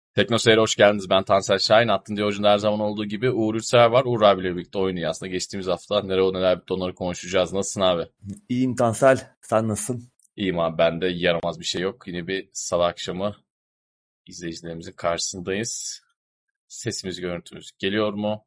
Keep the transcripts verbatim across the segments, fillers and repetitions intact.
Tekno Seyir'e hoş geldiniz. Ben Tansel Şahin. Attın diye her zaman olduğu gibi Uğur Ülser var. Uğur abiyle birlikte oynuyor aslında. Geçtiğimiz hafta neler o neler bitti onları konuşacağız. Nasılsın abi? İyiyim Tansel. Sen nasılsın? İyiyim abi, bende yaramaz bir şey yok. Yine bir salı akşamı izleyicilerimizin karşısındayız. Sesimiz görüntümüz geliyor mu?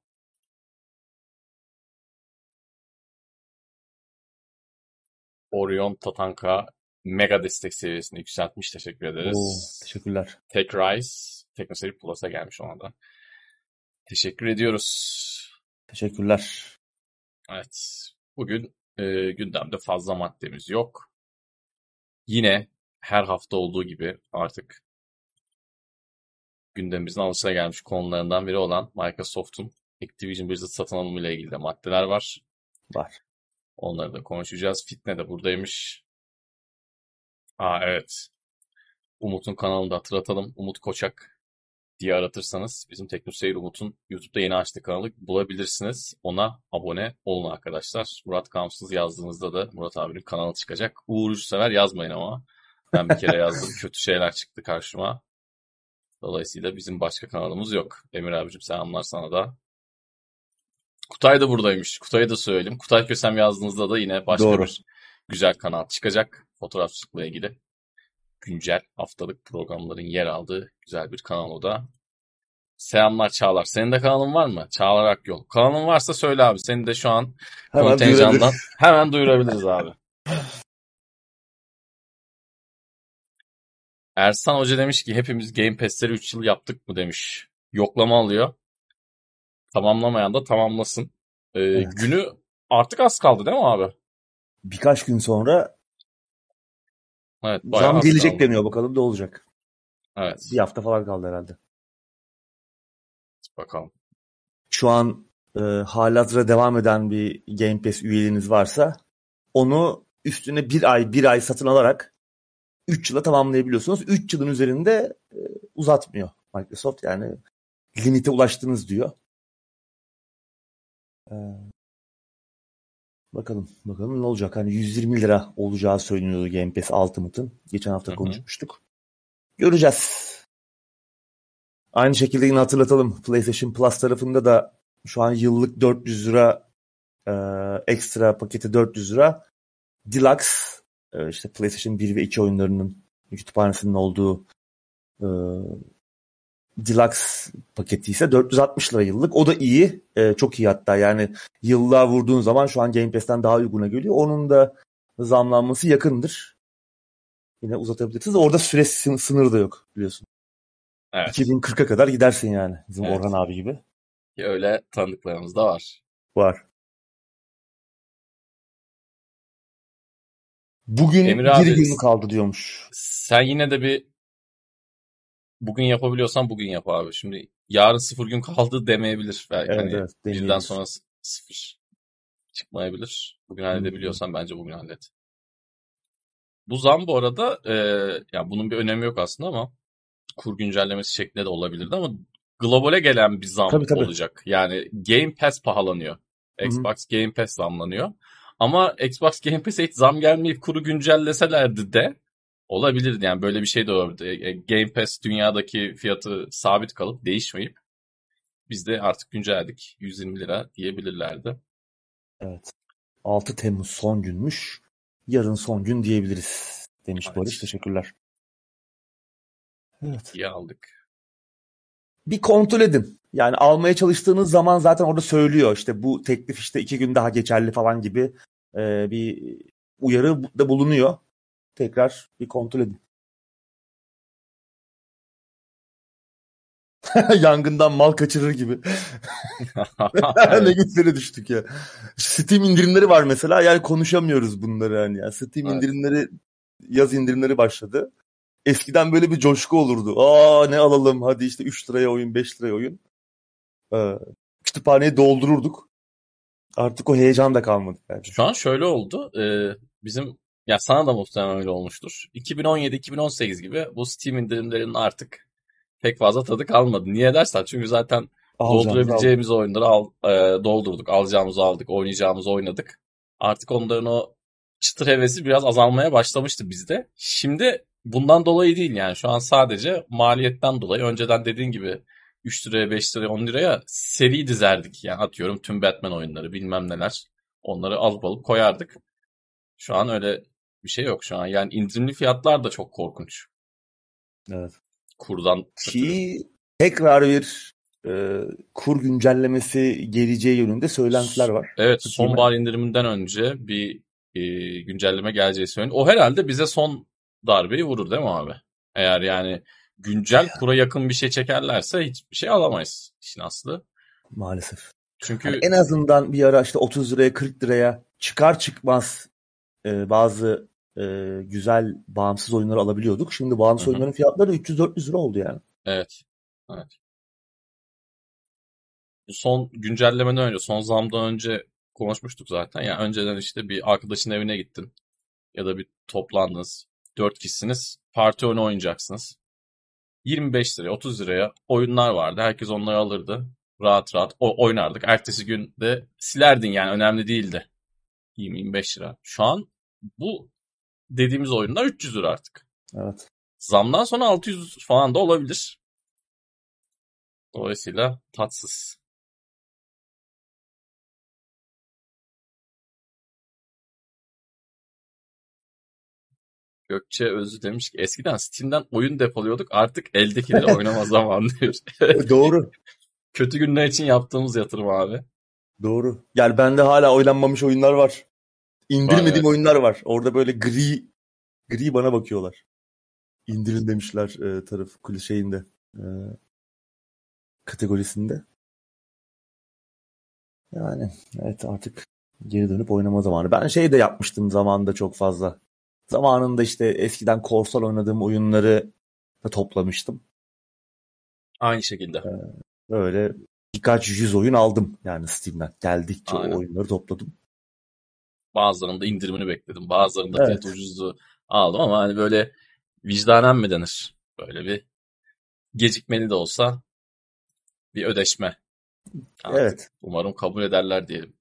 Orion Tatanka mega destek seviyesini yükseltmiş. Teşekkür Oo, ederiz. teşekkürler. Tech Rise Tekno Seyir Plus'a gelmiş ona da. Teşekkür ediyoruz. Teşekkürler. Evet. Bugün e, gündemde fazla maddemiz yok. Yine her hafta olduğu gibi artık gündemimizin alışılagelmiş konularından biri olan Microsoft'un Activision Blizzard satın alımı ile ilgili de maddeler var. Var. Onları da konuşacağız. Fitne de buradaymış. Aa evet. Umut'un kanalını da hatırlatalım. Umut Koçak diye aratırsanız bizim TeknoSeyir Umut'un YouTube'da yeni açtığı kanalı bulabilirsiniz. Ona abone olun arkadaşlar. Murat Kamsız yazdığınızda da Murat abinin kanalı çıkacak. Uğur Üçsever yazmayın ama. Ben bir kere yazdım. Kötü şeyler çıktı karşıma. Dolayısıyla bizim başka kanalımız yok. Emir abicim selamlar sana da. Kutay da buradaymış. Kutay'ı da söyleyeyim. Kutay Kösem yazdığınızda da yine başka Doğru. bir güzel kanal çıkacak. Fotoğrafçılıkla ilgili güncel haftalık programların yer aldığı güzel bir kanal o da. Selamlar Çağlar. Senin de kanalın var mı? Çağlar Akyol. Kanalın varsa söyle abi. Seni de şu an Hemen kontenjandan duyurabiliriz. hemen duyurabiliriz abi. Ersan Hoca demiş ki hepimiz Game Pass'leri üç yıl yaptık mı demiş. Yoklama alıyor. Tamamlamayan da tamamlasın. Ee, Evet. günü artık az kaldı değil mi abi? Birkaç gün sonra Evet, bayağı zam az gelecek kaldı. deniyor. Bakalım ne olacak. Evet, Bir hafta falan kaldı herhalde. bakalım. Şu an e, halihazırda devam eden bir Game Pass üyeliğiniz varsa onu üstüne bir ay bir ay satın alarak üç yıla tamamlayabiliyorsunuz. üç yılın üzerinde e, uzatmıyor Microsoft. Yani limite ulaştınız diyor. E, Bakalım bakalım ne olacak. Hani yüz yirmi lira olacağı söyleniyordu Game Pass Ultimate'ın. Geçen hafta Hı hı. konuşmuştuk. Göreceğiz. Aynı şekilde yine hatırlatalım. PlayStation Plus tarafında da şu an yıllık dört yüz lira e, ekstra paketi dört yüz lira. Deluxe e, işte PlayStation bir ve iki oyunlarının kütüphanesinin olduğu e, Deluxe paketi ise dört yüz altmış lira yıllık. O da iyi. E, çok iyi hatta. Yani yıllığa vurduğun zaman şu an Game Pass'ten daha uyguna geliyor. Onun da zamlanması yakındır. Yine uzatabilirsiniz. Orada süre sınırı da yok biliyorsun. Evet. iki bin kırka kadar gidersin yani. Bizim Evet. Orhan abi gibi. Ki öyle tanıdıklarımız da var. Var. Bugün Emir bir abi gün kaldı diyormuş. sen yine de bir bugün yapabiliyorsan bugün yap abi. Şimdi yarın sıfır gün kaldı demeyebilir. Belki Evet hani evet birden deneyebiliriz. sonra sıfır çıkmayabilir. Bugün Hmm. halledebiliyorsan bence bugün hallet. Bu zam bu arada e, yani bunun bir önemi yok aslında ama kur güncellemesi şeklinde de olabilirdi ama globale gelen bir zam Tabii tabii. olacak. Yani Game Pass pahalanıyor. Xbox Game Pass zamlanıyor. Ama Xbox Game Pass'e hiç zam gelmeyip kuru güncelleselerdi de olabilirdi. Yani böyle bir şey de olabilirdi. Game Pass dünyadaki fiyatı sabit kalıp değişmeyip biz de artık güncelledik yüz yirmi lira diyebilirlerdi. Evet. altı Temmuz son günmüş. Yarın son gün diyebiliriz demiş Evet. Barış. Teşekkürler. Evet. İyi aldık. Bir kontrol edin. Yani almaya çalıştığınız zaman zaten orada söylüyor. İşte bu teklif işte iki gün daha geçerli falan gibi e, bir uyarı da bulunuyor. Tekrar bir kontrol edin. Yangından mal kaçırır gibi. Ne güzele düştük ya. Steam indirimleri var mesela. Yani konuşamıyoruz bunları yani. yani Steam Evet. indirimleri, yaz indirimleri başladı. Eskiden böyle bir coşku olurdu. Aa ne alalım hadi işte üç liraya oyun, beş liraya oyun. Ee, kütüphaneyi doldururduk. Artık o heyecan da kalmadı bence. Şu an şöyle oldu. E, bizim ya sana da muhtemelen öyle olmuştur. iki bin on yedi iki bin on sekiz gibi bu Steam indirimlerinin artık pek fazla tadı kalmadı. Niye dersen çünkü zaten Alacağımızı aldık. doldurabileceğimiz oyunları al, e, doldurduk. Alacağımızı aldık. Oynayacağımızı oynadık. Artık onların o çıtır hevesi biraz azalmaya başlamıştı bizde. Şimdi bundan dolayı değil yani. Şu an sadece maliyetten dolayı. Önceden dediğin gibi üç liraya, beş liraya, on liraya seri dizerdik. Yani atıyorum tüm Batman oyunları bilmem neler. Onları alıp alıp koyardık. Şu an öyle bir şey yok şu an. Yani indirimli fiyatlar da çok korkunç. Evet. Kurdan ötürü. Ki tekrar bir e, kur güncellemesi geleceği yönünde söylentiler var. Evet, Steam'e. sonbahar indiriminden önce bir e, güncelleme geleceği söyleniyor. O herhalde bize son darbeyi vurur değil mi abi? Eğer yani güncel kura yakın bir şey çekerlerse hiçbir şey alamayız işin aslı. Maalesef. Hani Çünkü en azından bir ara işte otuz liraya kırk liraya çıkar çıkmaz e, bazı e, güzel bağımsız oyunları alabiliyorduk. Şimdi hı bağımsız hı, oyunların fiyatları üç yüz dört yüz lira oldu yani. evet. Evet. Bu son güncellemeden önce, son zamdan önce konuşmuştuk zaten. Yani önceden işte bir arkadaşın evine gittin ya da bir toplandınız. Dört kişisiniz. Parti oyunu oynayacaksınız. yirmi beş liraya, otuz liraya oyunlar vardı. Herkes onları alırdı. Rahat rahat o oynardık. Ertesi gün de silerdin yani önemli değildi. yirmi yirmi beş lira. Şu an bu dediğimiz oyunlar üç yüz lira artık. Evet. Zamdan sonra altı yüz falan da olabilir. Dolayısıyla tatsız. Gökçe Özü demiş ki eskiden Steam'den oyun depoluyorduk artık eldekileri oynama zamanı diyor. E, Doğru. Kötü günler için yaptığımız yatırım abi. Doğru. Yani bende hala oynanmamış oyunlar var. Var İndirmediğim evet. oyunlar var. Orada böyle gri gri bana bakıyorlar. İndirin demişler e, tarafı kul- şeyinde e, kategorisinde. Yani evet artık geri dönüp oynama zamanı. Ben şey de yapmıştım zamanında çok fazla. Zamanında işte eskiden korsan oynadığım oyunları da toplamıştım. Aynı şekilde. Böyle birkaç yüz oyun aldım yani Steam'den. Geldikçe o Aynen. oyunları topladım. Bazılarında indirimini bekledim. Bazılarında fiyat Evet. ucuzdu aldım ama hani böyle vicdanen mi denir? Böyle bir gecikmeli de olsa bir ödeşme artık. Evet. Umarım kabul ederler diyelim.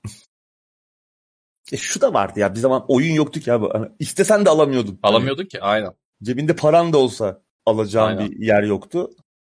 E şu da vardı ya bir zaman oyun yoktu ki abi. Hani istesen de alamıyordun. Hani Alamıyorduk ki aynen. cebinde paran da olsa alacağın Aynen. bir yer yoktu.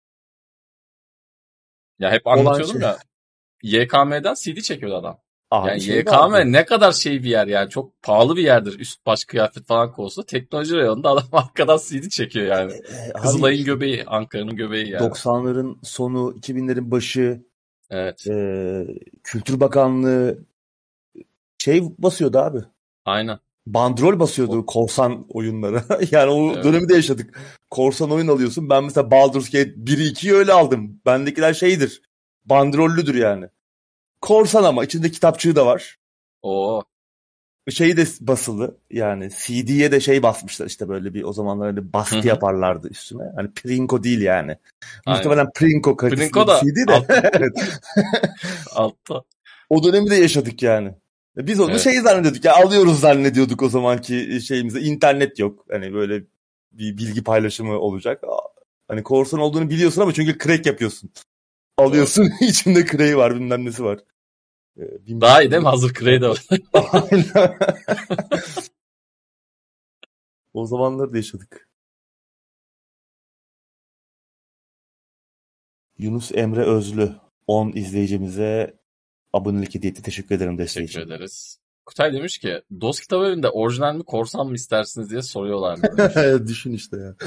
Ya hep Olan şey anlatıyordum ya Y K M'den C D çekiyordu adam. abi Yani şey vardı. Y K M ne kadar şey bir yer yani çok pahalı bir yerdir üst baş kıyafet falan konusunda. Teknoloji reyonunda adam arkadan C D çekiyor yani. E, abi Kızılay'ın işte göbeği, Ankara'nın göbeği yani. doksanların sonu iki binlerin başı Evet. e, Kültür Bakanlığı şey basıyordu abi. Aynen. Bandrol O, basıyordu korsan oyunlara. Yani o evet. dönemi de yaşadık. Korsan oyun alıyorsun. Ben mesela Baldur's Gate biri ikiyi öyle aldım. Bendekiler şeydir. Bandrollüdür yani. Korsan ama içinde kitapçığı da var. O Şeyi de basılı yani C D'ye de şey basmışlar işte böyle bir o zamanlar hani hı baskı hı. yaparlardı üstüne. Hani Prinko değil yani. Aynen. Muhtemelen Prinko kalitesinde Plinko bir da C D de. altta. Evet. Altta. O dönemi de yaşadık yani. Biz onu şey Evet. zannediyorduk ya alıyoruz zannediyorduk o zamanki şeyimizde. İnternet yok. Hani böyle bir bilgi paylaşımı olacak. Hani korsan olduğunu biliyorsun ama çünkü crack yapıyorsun. Doğru. Alıyorsun içinde crack'i var bilmem nesi var. Ee, bin bir Daha iyi değil türlü mi? Hazır Cray de farklı. var. Aynen. O zamanları da yaşadık. Yunus Emre Özlü on izleyicimize abonelik hediye etti. Teşekkür ederim desteği Teşekkür için. ederiz. Kutay demiş ki Dost Kitap Evi'nde orijinal mi korsan mı istersiniz diye soruyorlardı demiş. Düşün işte ya.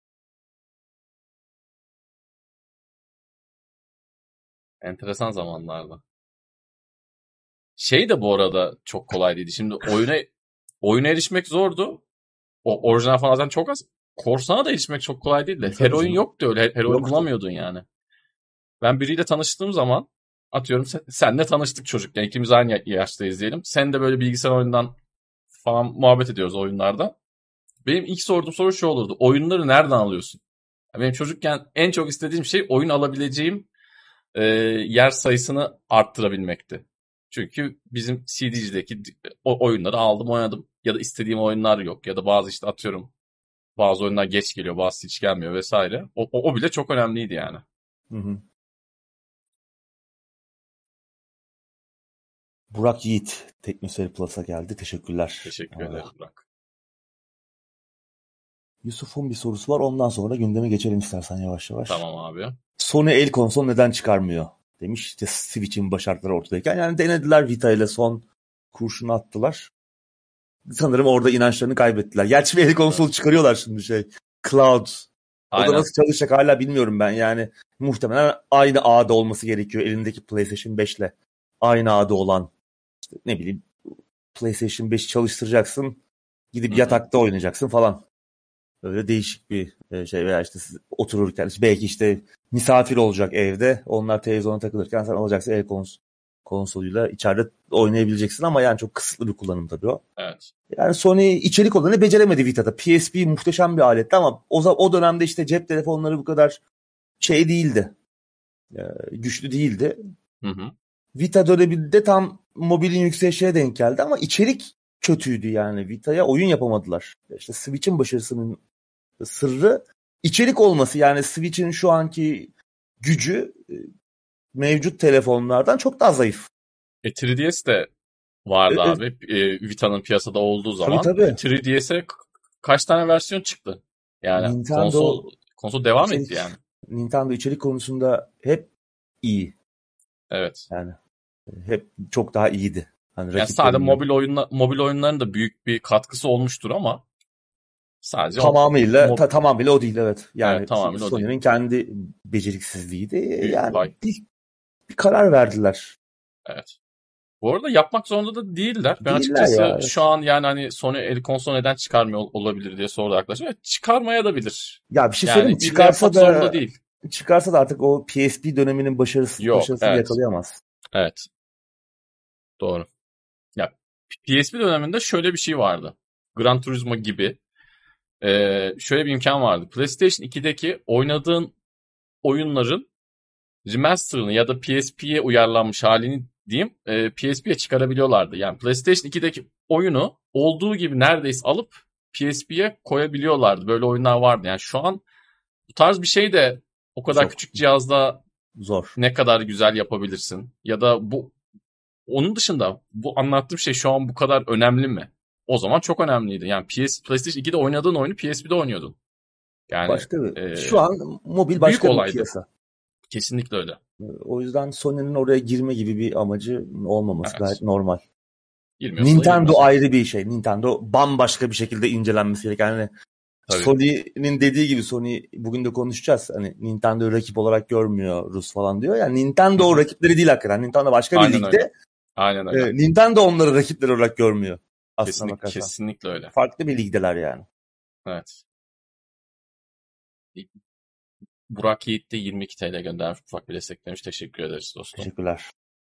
Enteresan zamanlarda. Şey de bu arada çok kolay değildi. Şimdi oyuna oyuna erişmek zordu. O orijinal falan zaten çok az. Korsana da erişmek çok kolay değildi. Her Tabii oyun canım. yoktu öyle. Her, her oyun Yoktu. bulamıyordun yani. Ben biriyle tanıştığım zaman atıyorum sen, senle tanıştık çocukken. İkimiz aynı yaştayız diyelim. Sen de böyle bilgisayar oyundan falan muhabbet ediyoruz oyunlarda. Benim ilk sorduğum soru şu olurdu. Oyunları nereden alıyorsun? Benim çocukken en çok istediğim şey oyun alabileceğim e, yer sayısını arttırabilmekti. Çünkü bizim C D'cideki o oyunları aldım oynadım. Ya da istediğim oyunlar yok. Ya da bazı işte atıyorum bazı oyunlar geç geliyor, bazı hiç gelmiyor vesaire. O, o, o bile çok önemliydi yani. Hı hı. Burak Yiğit Teknoseyir Plus'a geldi. Teşekkürler. Teşekkür Aa, ederim Burak. Yusuf'un bir sorusu var. Ondan sonra gündeme geçelim istersen yavaş yavaş. Tamam abi. Sony el konsol neden çıkarmıyor demiş. İşte Switch'in başarıları ortadayken. Yani denediler Vita ile son kurşunu attılar. Sanırım orada inançlarını kaybettiler. Gerçi bir el konsol evet. çıkarıyorlar şimdi şey. Cloud. Aynen. O da nasıl çalışacak hala bilmiyorum ben. Yani muhtemelen aynı ağda olması gerekiyor. Elindeki PlayStation beş ile aynı ağda olan işte ne bileyim PlayStation beş çalıştıracaksın. Gidip Hı-hı. yatakta oynayacaksın falan. Öyle değişik bir şey veya işte siz otururken işte belki işte misafir olacak evde. Onlar televizyona takılırken sen alacaksın el kons- konsoluyla içeride oynayabileceksin ama yani çok kısıtlı bir kullanım tabii o. Evet. Yani Sony içerik olanı beceremedi Vita'da. P S P muhteşem bir aletti ama o, o dönemde işte cep telefonları bu kadar şey değildi. Güçlü değildi. Hı hı. Vita döneminde tam mobilin yükselişine denk geldi ama içerik kötüydü yani. Vita'ya oyun yapamadılar. İşte Switch'in başarısının sırrı içerik olması. Yani Switch'in şu anki gücü mevcut telefonlardan çok daha zayıf. E üç D S de vardı e, abi. E, Vita'nın piyasada olduğu zaman. Tabii tabii. üç D S'e kaç tane versiyon çıktı? Yani Nintendo, konsol konsol devam içerik, etti yani. Nintendo içerik konusunda hep iyi. Evet. Yani hep çok daha iyiydi. Hani yani sadece mobil oyunla mobil oyunların da büyük bir katkısı olmuştur ama sadece tamamıyla o, ta, tamamıyla o değil evet. Yani evet, tamamıyla Sony'nin kendi beceriksizliğiydi. Büyük yani bir, bir karar verdiler. Evet. Bu arada yapmak zorunda da değiller. Ben değiller açıkçası ya, evet. şu an yani hani Sony el konsol neden çıkarmıyor olabilir diye sordu arkadaşlar. Evet, çıkarmaya da bilir. Ya bir şey söyleyeyim mi? Çıkarsa da zorunda değil. Çıkarsa da artık o P S P döneminin başarısı, Yok, başarısını evet. yakalayamaz. Evet. Doğru. Ya P S P döneminde şöyle bir şey vardı. Gran Turismo gibi. Ee, şöyle bir imkan vardı. PlayStation iki'deki oynadığın oyunların remaster'ını ya da P S P'ye uyarlanmış halini diyeyim e, P S P'ye çıkarabiliyorlardı. Yani PlayStation iki'deki oyunu olduğu gibi neredeyse alıp P S P'ye koyabiliyorlardı. Böyle oyunlar vardı. Yani şu an bu tarz bir şey de o kadar Çok küçük cihazda zor. Ne kadar güzel yapabilirsin? Ya da bu onun dışında bu anlattığım şey şu an bu kadar önemli mi? O zaman çok önemliydi. Yani P S PlayStation iki'de oynadığın oyunu P S P'de oynuyordun. Yani başka bir. E, şu an mobil başka bir piyasa. Kesinlikle öyle. O yüzden Sony'nin oraya girme gibi bir amacı olmaması evet. gayet normal. Girmiyorsa Nintendo ayrı bir şey. Nintendo bambaşka bir şekilde incelenmesi gereken. Yani Sony'nin dediği gibi Sony bugün de konuşacağız. Hani Nintendo rakip olarak görmüyor Rus falan diyor. Yani Nintendo o rakipleri değil hakikaten. Nintendo başka Aynen bir ligde. Öyle. Aynen öyle. E, Nintendo onları rakipleri olarak görmüyor. Aslında Kesinlikle, bakarsan. kesinlikle öyle. Farklı bir ligdeler yani. Evet. Burak Yiğit de yirmi iki T L göndermiş. Ufak bir desteklemiş. Teşekkür ederiz dostum. Teşekkürler.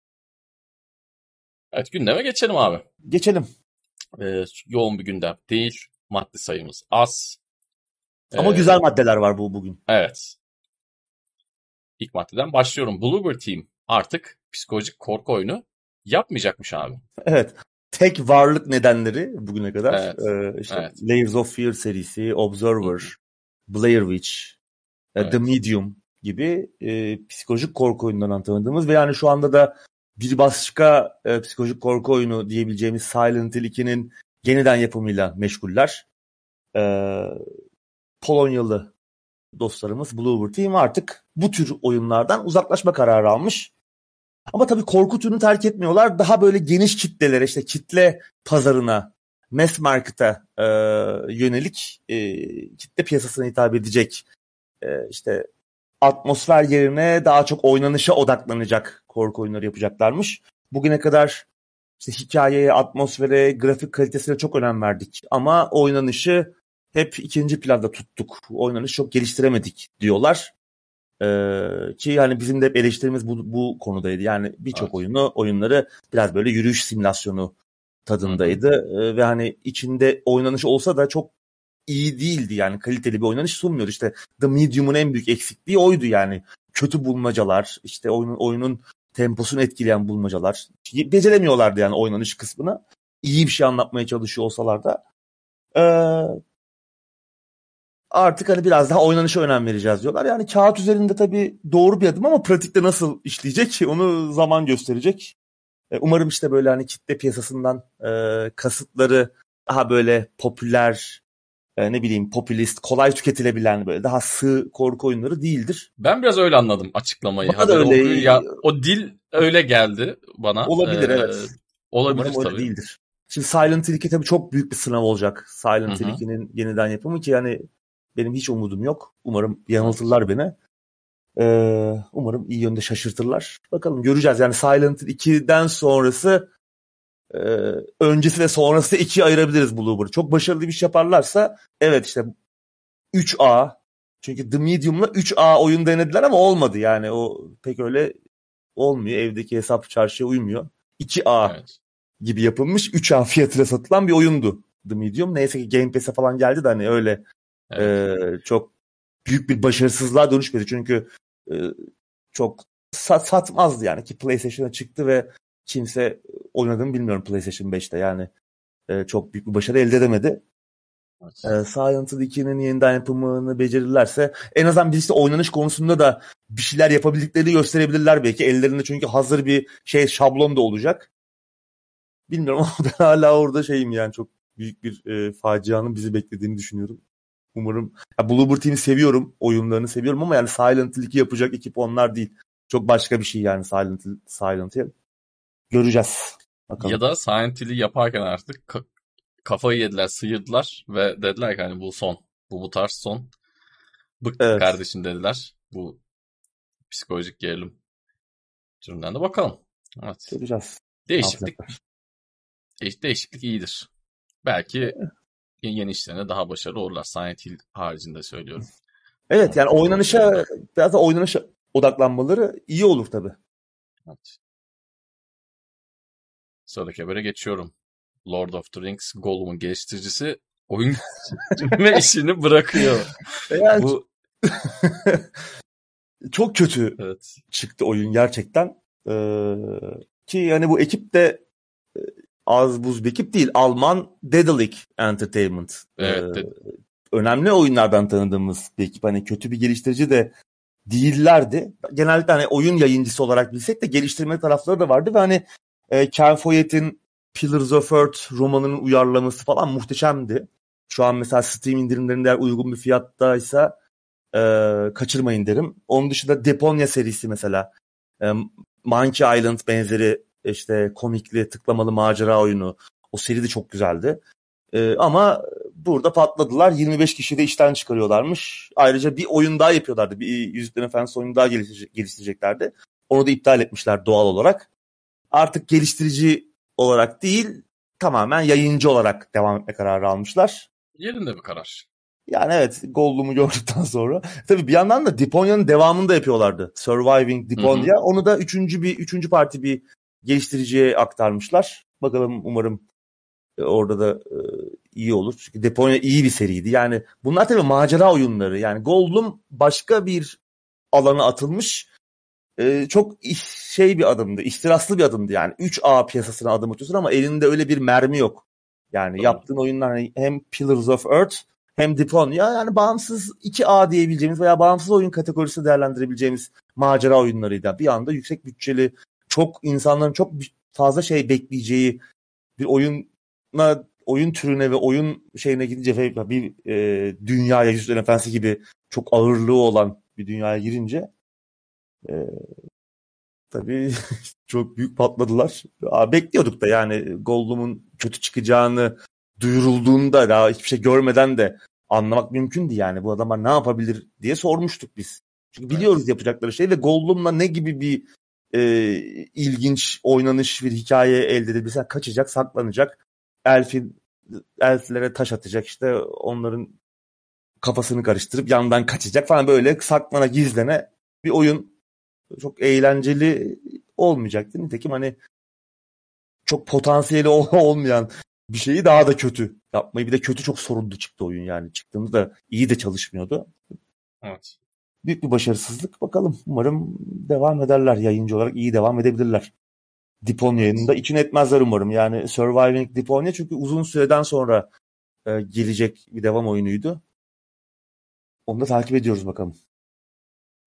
Evet, gündeme geçelim abi. Geçelim. Ee, yoğun bir gündem değil. Madde sayımız az. Ama ee, güzel maddeler var bu bugün. Evet. İlk maddeden başlıyorum. Bloober Team artık psikolojik korku oyunu yapmayacakmış abi. Evet. Tek varlık nedenleri bugüne kadar evet. e, işte evet. Layers of Fear serisi, Observer, Hı-hı. Blair Witch, evet. The Medium gibi e, psikolojik korku oyunlarından tanıdığımız ve yani şu anda da bir başka e, psikolojik korku oyunu diyebileceğimiz Silent Hill iki'nin yeniden yapımıyla meşguller. E, Polonyalı dostlarımız Bloober Team artık bu tür oyunlardan uzaklaşma kararı almış. Ama tabii korku türünü terk etmiyorlar. Daha böyle geniş kitlelere, işte kitle pazarına, mass market'a e, yönelik e, kitle piyasasına hitap edecek e, işte atmosfer yerine daha çok oynanışa odaklanacak korku oyunları yapacaklarmış. Bugüne kadar işte hikayeye, atmosfere, grafik kalitesine çok önem verdik. Ama oynanışı hep ikinci planda tuttuk. Oynanışı çok geliştiremedik diyorlar. Ee, ki yani bizim de hep eleştirimiz bu, bu konudaydı. Yani birçok evet. oyunu, oyunları biraz böyle yürüyüş simülasyonu tadındaydı. Ee, ve hani içinde oynanış olsa da çok iyi değildi yani, kaliteli bir oynanış sunmuyordu. İşte The Medium'un en büyük eksikliği oydu yani. Kötü bulmacalar, işte oyunun oyunun temposunu etkileyen bulmacalar. Beceremiyorlardı yani oynanış kısmını. İyi bir şey anlatmaya çalışıyor olsalar da. Ee, artık hani biraz daha oynanışa önem vereceğiz diyorlar. Yani kağıt üzerinde tabii doğru bir adım ama pratikte nasıl işleyecek onu zaman gösterecek. Ee, umarım işte böyle hani kitle piyasasından e, kasıtları daha böyle popüler, e, ne bileyim popülist, kolay tüketilebilen böyle daha sığ korku oyunları değildir. Ben biraz öyle anladım açıklamayı. Bana da Haberi öyle okuyun. Ya o dil öyle geldi bana. olabilir, Ee, evet. olabilir Umarım öyle tabii. değildir. Şimdi Silent Hill iki tabii çok büyük bir sınav olacak. Hı Silent Hill hı. ikinin yeniden yapımı ki yani benim hiç umudum yok. Umarım Evet. yanıltırlar beni. Ee, umarım iyi yönde şaşırtırlar. Bakalım göreceğiz. Yani Silent Hill ikiden sonrası e, öncesi ve sonrası ikiye ayırabiliriz Bloober'ı. Çok başarılı bir iş yaparlarsa evet işte üç A, çünkü The Medium'la üç A oyun denediler ama olmadı. Yani o pek öyle olmuyor. Evdeki hesap çarşıya uymuyor. iki A Evet. gibi yapılmış üç A fiyatıyla satılan bir oyundu The Medium. Neyse ki Game Pass'e falan geldi de hani öyle Evet. e, çok büyük bir başarısızlığa dönüşmedi. Çünkü e, çok sat, satmazdı yani ki PlayStation'a çıktı ve kimse oynadığını bilmiyorum PlayStation beşte. Yani e, çok büyük bir başarı elde edemedi. Evet. E, Silent Hill ikinin yeniden yapımını becerirlerse en azından biz işte oynanış konusunda da bir şeyler yapabildiklerini gösterebilirler belki. Ellerinde çünkü hazır bir şey şablon da olacak. Bilmiyorum ama ben hala orada şeyim yani çok büyük bir e, facianın bizi beklediğini düşünüyorum. Umarım. Ya Bloober Team'i seviyorum. Oyunlarını seviyorum ama yani Silent Hill iki yapacak ekip onlar değil. Çok başka bir şey yani Silent Hill. Silent Hill. Göreceğiz. Ya Bakalım. da Silent Hill'i yaparken artık ka- kafayı yediler, sıyırdılar ve dediler ki hani bu son. Bu bu tarz son. Bıktık Evet. kardeşim dediler. Bu psikolojik gerilim türünden de bakalım. Evet. Göreceğiz. Ne Değişiklik yapacaklar? değiş- değişiklik iyidir. Belki yeni işlerine daha başarılı olurlar. Silent Hill haricinde söylüyorum. Evet O yani projelerinde. oynanışa biraz da oynanışa odaklanmaları iyi olur tabii. Evet. Sıradaki habere geçiyorum. Lord of the Rings Gollum'un geliştiricisi oyun geliştirme işini bırakıyor. Yani Bu çok kötü evet. çıktı oyun gerçekten. Ee, ki yani bu ekip de e, az buz bir ekip değil. Alman Daedalic Entertainment. Ee, Evet de, önemli oyunlardan tanıdığımız bir ekip. Hani kötü bir geliştirici de değillerdi. Genellikle hani oyun yayıncısı olarak bilsek de geliştirme tarafları da vardı ve hani e, Ken Follett Pillars of Earth romanının uyarlaması falan muhteşemdi. Şu an mesela Steam indirimlerinde eğer uygun bir fiyattaysa e, kaçırmayın derim. Onun dışında Deponia serisi mesela e, Monkey Island benzeri işte komikli tıklamalı macera oyunu. O seri de çok güzeldi. E, ama burada patladılar. yirmi beş kişiyi de işten çıkarıyorlarmış. Ayrıca bir oyun daha yapıyorlardı. Bir Yüzüklerin Efendisi oyunu daha geliştirecek, geliştireceklerdi. Onu da iptal etmişler doğal olarak. Artık geliştirici olarak değil, tamamen yayıncı olarak devam etme kararı almışlar. yerinde bir karar. Yani evet, Gollum'u gördükten sonra. Tabii bir yandan da Deponia'nın devamını da yapıyorlardı. Surviving Hı hı. Deponia. Onu da üçüncü bir üçüncü parti bir geliştiriciye aktarmışlar. Bakalım umarım e, orada da e, iyi olur. Çünkü Deponia iyi bir seriydi. Yani bunlar tabii macera oyunları. Yani Gollum başka bir alana atılmış. E, çok iş- şey bir adımdı. İhtiraslı bir adımdı yani. üç A piyasasına adım atıyorsun ama elinde öyle bir mermi yok. Yani Doğru. yaptığın oyunlar hani hem Pillars of Earth hem Deponia yani bağımsız iki A diyebileceğimiz veya bağımsız oyun kategorisinde değerlendirebileceğimiz macera oyunlarıydı. Bir anda yüksek bütçeli, çok insanların çok fazla şey bekleyeceği bir oyuna, oyun türüne ve oyun şeyine gidince ve bir e, dünyaya, Yüzüklerin Efendisi gibi çok ağırlığı olan bir dünyaya girince e, tabii çok büyük patladılar. Aa, bekliyorduk da yani Gollum'un kötü çıkacağını duyurulduğunda daha hiçbir şey görmeden de anlamak mümkündü yani. Bu adamlar ne yapabilir diye sormuştuk biz. Çünkü Evet. biliyoruz yapacakları şey ve Gollum'la ne gibi bir e, ilginç oynanış bir hikaye elde edebilirsen kaçacak, saklanacak. Elfin, elflere taş atacak işte onların kafasını karıştırıp yandan kaçacak falan böyle saklana gizlene bir oyun çok eğlenceli olmayacaktı. Nitekim hani çok potansiyeli olmayan bir şeyi daha da kötü yapmayı. Bir de kötü çok sorunlu çıktı oyun yani. Çıktığında da iyi de çalışmıyordu. Evet. Büyük bir başarısızlık. Bakalım. Umarım devam ederler. Yayıncı olarak iyi devam edebilirler. Deponia'nın Evet. da içine etmezler umarım. Yani Surviving Deponia çünkü uzun süreden sonra e, gelecek bir devam oyunuydu. Onu da takip ediyoruz bakalım.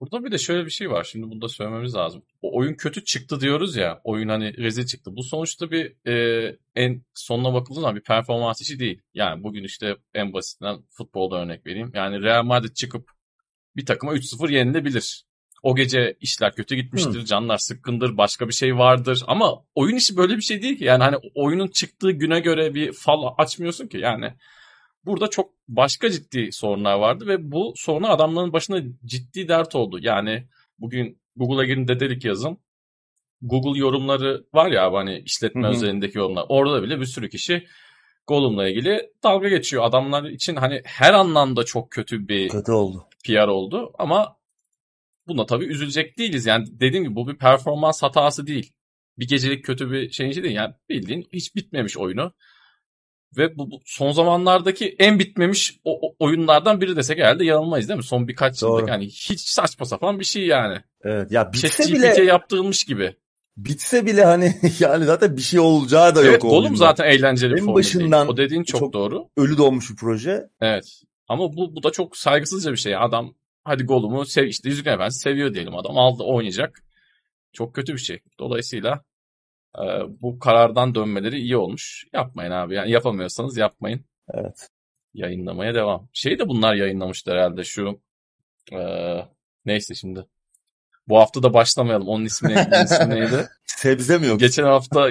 Burada bir de şöyle bir şey var. Şimdi bunu da söylememiz lazım. O oyun kötü çıktı diyoruz ya. Oyun hani rezil çıktı. Bu sonuçta bir e, en sonuna bakıldığı zaman bir performans işi değil. Yani bugün işte en basitinden futbolda örnek vereyim. Yani Real Madrid çıkıp bir takıma üç sıfır yenilebilir. O gece işler kötü Hı. gitmiştir, canlar sıkkındır, başka bir şey vardır. Ama oyun işi böyle bir şey değil ki. Yani hani oyunun çıktığı güne göre bir fal açmıyorsun ki. Yani burada çok başka ciddi sorunlar vardı ve bu sorunlar adamların başına ciddi dert oldu. Yani bugün Google'a girin dedelik yazın. Google yorumları var ya abi, hani Hı işletme hı. üzerindeki yorumlar. Orada bile bir sürü kişi Gollum'la ilgili dalga geçiyor. Adamlar için hani her anlamda çok kötü bir Kötü oldu. P R oldu ama buna tabii üzülecek değiliz. Yani dediğim gibi bu bir performans hatası değil. Bir gecelik kötü bir şey değil. Yani bildiğin hiç bitmemiş oyunu. Ve bu, bu son zamanlardaki en bitmemiş o, o oyunlardan biri desek herhalde yanılmayız değil mi? Son birkaç yıllık Doğru. yani hiç saçma sapan bir şey yani. Evet. Ya bitse ChatGPT'ye bile yaptırılmış gibi. bitse bile hani yani zaten bir şey olacağı da yok Evet, o Gollum oyunda. zaten eğlenceli bir En formül değil. O başından dediğin çok çok doğru. ölü doğmuş bir proje. Evet. Ama bu, bu da çok saygısızca bir şey. Adam hadi Gollum'u sev, işte Yüzüklerin Efendisi seviyor diyelim, adam aldı oynayacak. Çok kötü bir şey. Dolayısıyla e, bu karardan dönmeleri iyi olmuş. Yapmayın abi. Yani yapamıyorsanız yapmayın. Evet. Yayınlamaya devam. Şey de bunlar yayınlamıştır herhalde şu e, neyse şimdi. Bu hafta da başlamayalım. Onun ismi neydi? Bunun ismi neydi? Sebze mi yoksa? Geçen hafta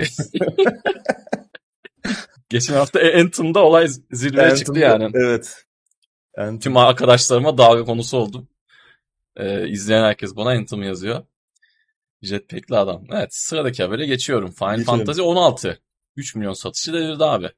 geçen hafta Anthem'da olay zirveye çıktı Anthem'da yani. evet. Tüm Anthem. arkadaşlarıma dalga konusu oldum. Ee, izleyen herkes bana Anthem yazıyor. Jetpack'li adam. Evet, sıradaki habere geçiyorum. Final Geçelim. Fantasy on altı. üç milyon satışı devirdi abi.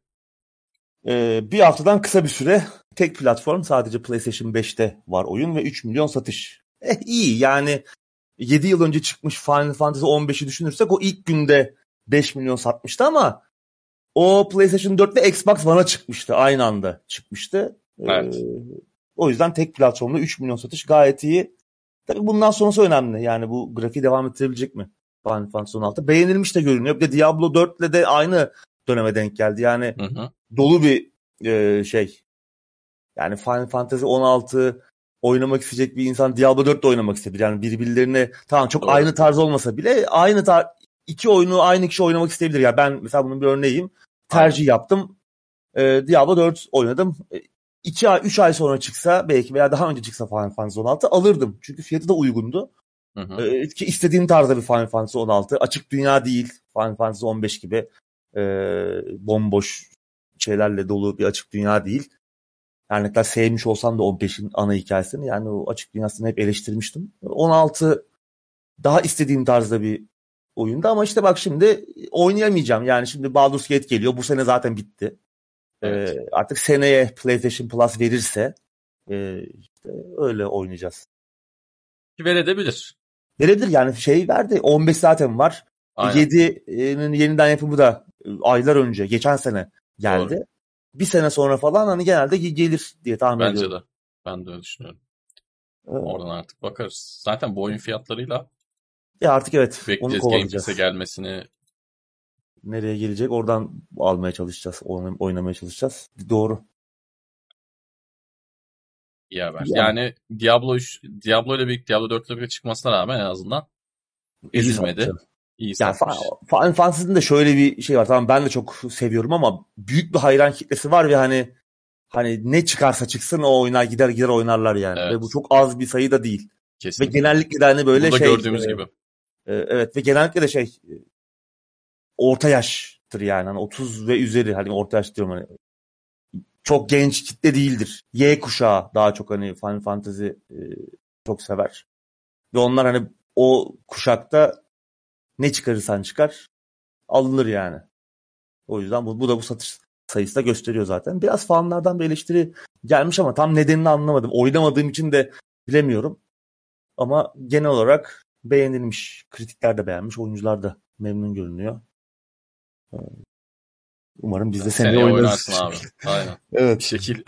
Ee, bir haftadan kısa bir süre tek platform, sadece PlayStation beşte var oyun ve üç milyon satış. Eh iyi yani, yedi yıl önce çıkmış Final Fantasy on beşi düşünürsek o ilk günde beş milyon satmıştı ama o PlayStation dört ve Xbox One'a çıkmıştı. Aynı anda çıkmıştı. Ee, Evet. o yüzden tek platformda üç milyon satış gayet iyi. Tabii bundan sonrası önemli. Yani bu grafiği devam ettirebilecek mi Final Fantasy on altı? Beğenilmiş de görünüyor. Bir de Diablo dörtle de aynı döneme denk geldi. Yani Hı hı. dolu bir e, şey. Yani Final Fantasy on altı oynamak isteyecek bir insan Diablo dört de oynamak istedir. Yani birbirlerine, tamam çok Doğru. aynı tarz olmasa bile aynı tar iki oyunu aynı kişi oynamak isteyebilir. Yani ben mesela bunun bir örneğiyim. Tercih Aynen. yaptım. E, Diablo dört oynadım. E, iki ay, üç ay sonra çıksa belki veya daha önce çıksa Final Fantasy on altı alırdım. Çünkü fiyatı da uygundu. Hı hı. E, ki istediğim tarzda bir Final Fantasy on altı. Açık dünya değil. Final Fantasy on beş gibi e, bomboş şeylerle dolu bir açık dünya değil. Her ne kadar sevmiş olsam da on beşin ana hikayesini, yani o açık dünyasını hep eleştirmiştim. on altı daha istediğim tarzda bir oyundu ama işte bak şimdi oynayamayacağım. Yani şimdi Baldur's Gate geliyor. Bu sene zaten bitti. Evet. Ee, artık seneye PlayStation Plus verirse e, işte öyle oynayacağız. Verebilir. Verebilir yani, şey verdi. on beş zaten var. Aynen. yedinin yeniden yapımı da e, aylar önce, geçen sene Doğru. geldi. Bir sene sonra falan hani genelde gelir diye tahmin Bence ediyorum. de. Ben de öyle düşünüyorum. Evet. Oradan artık bakarız. Zaten bu oyun fiyatlarıyla E artık evet, onu bekleyeceğiz Game Pass'e kovalayacağız. gelmesini. Nereye gelecek oradan almaya çalışacağız. Oynam- Oynamaya çalışacağız. Doğru. İyi haber. Yani Yani Diablo üç, Diablo ile birlikte, Diablo dört ile birlikte çıkmasına rağmen en azından iyi satacağım. ezilmedi. İyi Yani satmış. Fa- Final Fantasy'nin de şöyle bir şey var. Tamam, ben de çok seviyorum ama büyük bir hayran kitlesi var ve hani hani ne çıkarsa çıksın o oynar, gider gider oynarlar yani. Ve bu Evet. çok az bir sayı da değil. Ve Kesinlikle. genellikle de hani böyle Burada şey gördüğümüz gibi. e, e, evet, ve genellikle de şey e, orta yaştır yani. Hani otuz ve üzeri, hani orta yaş diyorum, hani çok genç kitle değildir. Y kuşağı daha çok hani Final Fantasy e, çok sever. Ve onlar hani o kuşakta ne çıkarırsan çıkar alınır yani. O yüzden bu, bu da bu satış sayısı da gösteriyor zaten. Biraz fanlardan bir eleştiri gelmiş ama tam nedenini anlamadım. Oynamadığım için de bilemiyorum. Ama genel olarak beğenilmiş. Kritikler de beğenmiş. Oyuncular da memnun görünüyor. Umarım biz de seneye Seneye oynarsın oynarız. abi. Aynen. Bir Evet. şekil.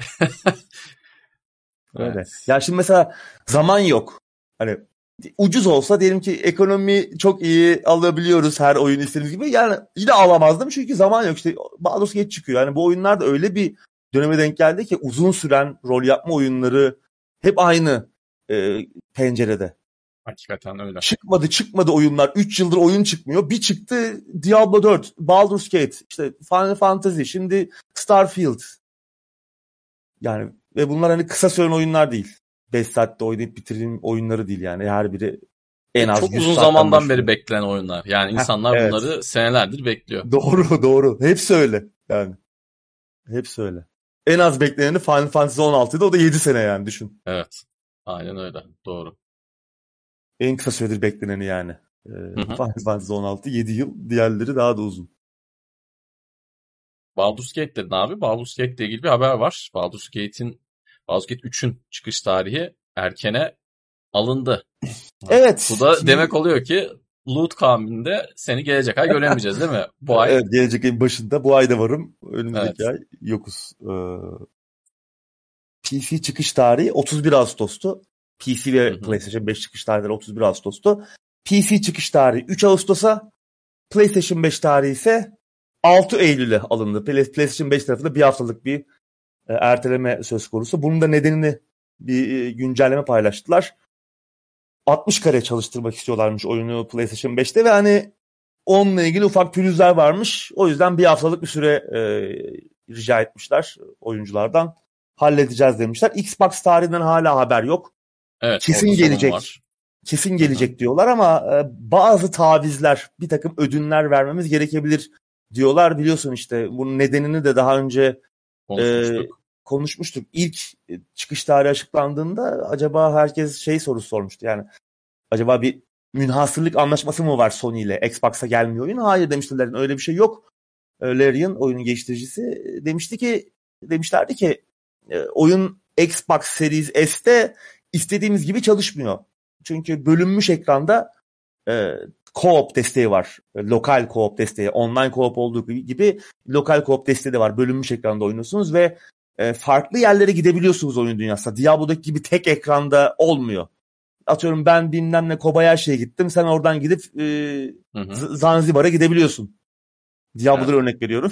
Öyle. Evet. Ya şimdi mesela zaman yok. Hani ucuz olsa diyelim ki, ekonomi çok iyi, alabiliyoruz her oyun istediğimiz gibi. Yani yine alamazdım çünkü zaman yok. İşte Baldur's Gate çıkıyor. Yani bu oyunlar da öyle bir döneme denk geldi ki uzun süren rol yapma oyunları hep aynı e, pencerede. Hakikaten öyle. Çıkmadı çıkmadı oyunlar. üç yıldır oyun çıkmıyor. Bir çıktı Diablo dört, Baldur's Gate, işte Final Fantasy, şimdi Starfield. Yani ve bunlar hani kısa süren oyunlar değil. beş saatte oynayıp bitirdiğim oyunları değil yani. Her biri en Ve az çok yüz uzun saatten zamandan beri başlıyor. beklenen oyunlar. Yani Heh, insanlar evet. bunları senelerdir bekliyor. Doğru doğru. Hepsi öyle yani. Hepsi öyle. En az bekleneni Final Fantasy on altıydı. O da yedi sene yani düşün. Evet. Aynen öyle. Doğru. En kısa süredir bekleneni yani. Ee, Hı hı. Final Fantasy on altı yedi yıl. Diğerleri daha da uzun. Baldur's Gate dedin abi. Baldur's Gate ile ilgili bir haber var. Baldur's Gate'in Baldur's Gate üçün çıkış tarihi erkene alındı. Evet. Bu da Şimdi, demek oluyor ki Loot kavminde seni gelecek ay göremeyeceğiz değil mi? Bu ay. evet, gelecek ayın başında. Bu ayda varım. Önümüzdeki Evet. ay yokuz. Ee, P C çıkış tarihi otuz bir Ağustos'tu. P C ve Hı hı. PlayStation beş çıkış tarihleri otuz bir Ağustos'tu. P C çıkış tarihi üç Ağustos'a, PlayStation beş tarihi ise altı Eylül'e alındı. PlayStation beş tarafında bir haftalık bir e, erteleme söz konusu. Bunun da nedenini bir e, güncelleme paylaştılar. altmış kare çalıştırmak istiyorlarmış oyunu PlayStation beşte ve hani onunla ilgili ufak pürüzler varmış. O yüzden bir haftalık bir süre e, rica etmişler oyunculardan. Halledeceğiz demişler. Xbox tarihinden hala haber yok. Evet, Kesin orada sorun gelecek. var. Kesin Hı hı. gelecek diyorlar ama e, bazı tavizler, bir takım ödünler vermemiz gerekebilir diyorlar. Biliyorsun işte bunun nedenini de daha önce e, Konuşmuştuk. konuşmuştuk. İlk e, çıkış tarihi açıklandığında acaba herkes şey sorusu sormuştu. Yani acaba bir münhasırlık anlaşması mı var Sony ile? Xbox'a gelmiyor oyun. Hayır demiştiler. Öyle bir şey yok. E, Larian oyunun geliştiricisi e, demişti ki demişlerdi ki e, oyun Xbox Series S'te istediğimiz gibi çalışmıyor. Çünkü bölünmüş ekranda e, co-op desteği var. E, lokal co-op desteği. Online co-op olduğu gibi lokal co-op desteği de var. Bölünmüş ekranda oynuyorsunuz ve e, farklı yerlere gidebiliyorsunuz oyun dünyasında. Diablo'daki gibi tek ekranda olmuyor. Atıyorum ben bilmem ne Kobayashi'ye gittim. Sen oradan gidip e, Hı hı. Zanzibar'a gidebiliyorsun. Diablo'dan Evet. örnek veriyorum.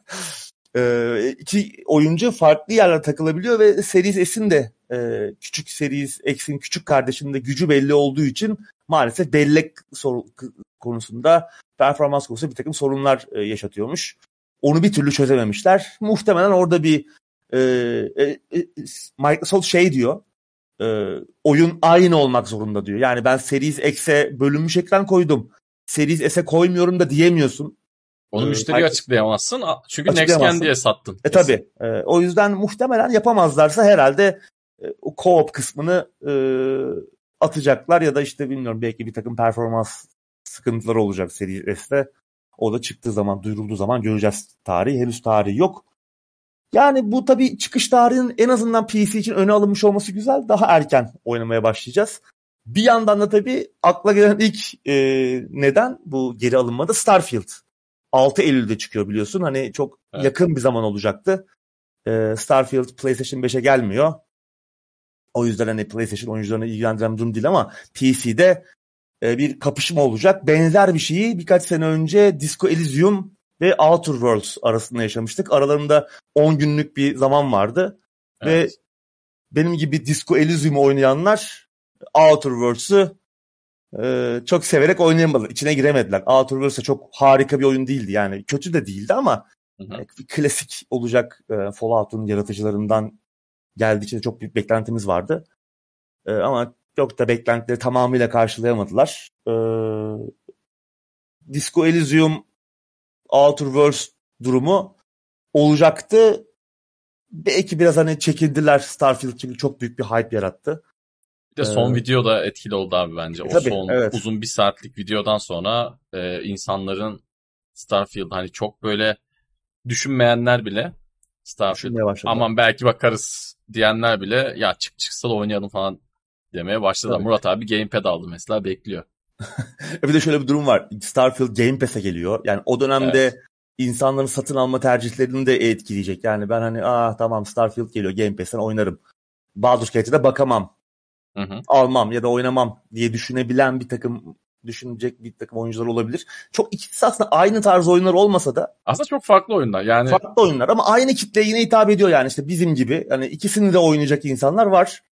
e, iki oyuncu farklı yerlere takılabiliyor ve Series S'in de e, küçük Series X'in küçük kardeşinin de gücü belli olduğu için maalesef bellek soru, konusunda, performans konusunda bir takım sorunlar e, yaşatıyormuş. Onu bir türlü çözememişler. Muhtemelen orada bir e, e, e, Microsoft şey diyor. E, oyun aynı olmak zorunda diyor. Yani ben Series X'e bölünmüş ekran koydum. Series S'e koymuyorum da diyemiyorsun. Onu E, müşteriye açıklayamazsın. Çünkü Next Gen açıklayamazsın. diye sattın. E tabi. E, o yüzden muhtemelen yapamazlarsa herhalde e, o co-op kısmını e, atacaklar ya da işte bilmiyorum belki bir takım performans sıkıntıları olacak Series S'te. O da çıktığı zaman, duyurulduğu zaman göreceğiz tarihi. Henüz tarihi yok. Yani bu tabii çıkış tarihinin en azından P C için öne alınmış olması güzel. Daha erken oynamaya başlayacağız. Bir yandan da tabii akla gelen ilk e, neden bu geri alınmada Starfield. altı Eylül'de çıkıyor biliyorsun. Hani çok Evet. yakın bir zaman olacaktı. E, Starfield PlayStation beşe gelmiyor. O yüzden hani PlayStation oyuncularını ilgilendiren bir durum değil ama P C'de e, bir kapışma olacak. Benzer bir şeyi birkaç sene önce Disco Elysium ve Outer Worlds arasında yaşamıştık. Aralarında on günlük bir zaman vardı. Evet. Ve benim gibi Disco Elysium'u oynayanlar Outer Worlds'ı e, çok severek oynayamadılar. İçine giremediler. Outer Worlds çok harika bir oyun değildi. Yani kötü de değildi ama Hı hı. yani bir klasik olacak e, Fallout'un yaratıcılarından geldiği için çok büyük beklentimiz vardı. E, ama çok da beklentileri tamamıyla karşılayamadılar. E, Disco Elysium Outer Worlds durumu olacaktı. Belki biraz hani çekindiler Starfield çünkü çok büyük bir hype yarattı. Bir de son Ee, video da etkili oldu abi bence. e, O tabii, son evet. uzun bir saatlik videodan sonra e, insanların Starfield hani çok böyle düşünmeyenler bile Starfield Düşünmeye başladılar. aman belki bakarız diyenler bile ya çık çıksa da oynayalım falan demeye başladı. Tabii. Murat abi gamepad aldı mesela bekliyor. Bir de şöyle bir durum var. Starfield Game Pass'e geliyor. Yani o dönemde Evet. insanların satın alma tercihlerini de etkileyecek. Yani ben hani ah tamam Starfield geliyor Game Pass'ten oynarım. Baldur's Gate'e de bakamam. Hı hı. Almam ya da oynamam diye düşünebilen bir takım düşünecek bir takım oyuncular olabilir. Çok ikisi aslında aynı tarz oyunlar olmasa da Aslında çok farklı oyunlar. Yani farklı oyunlar ama aynı kitleye yine hitap ediyor yani işte bizim gibi. Yani ikisini de oynayacak insanlar var.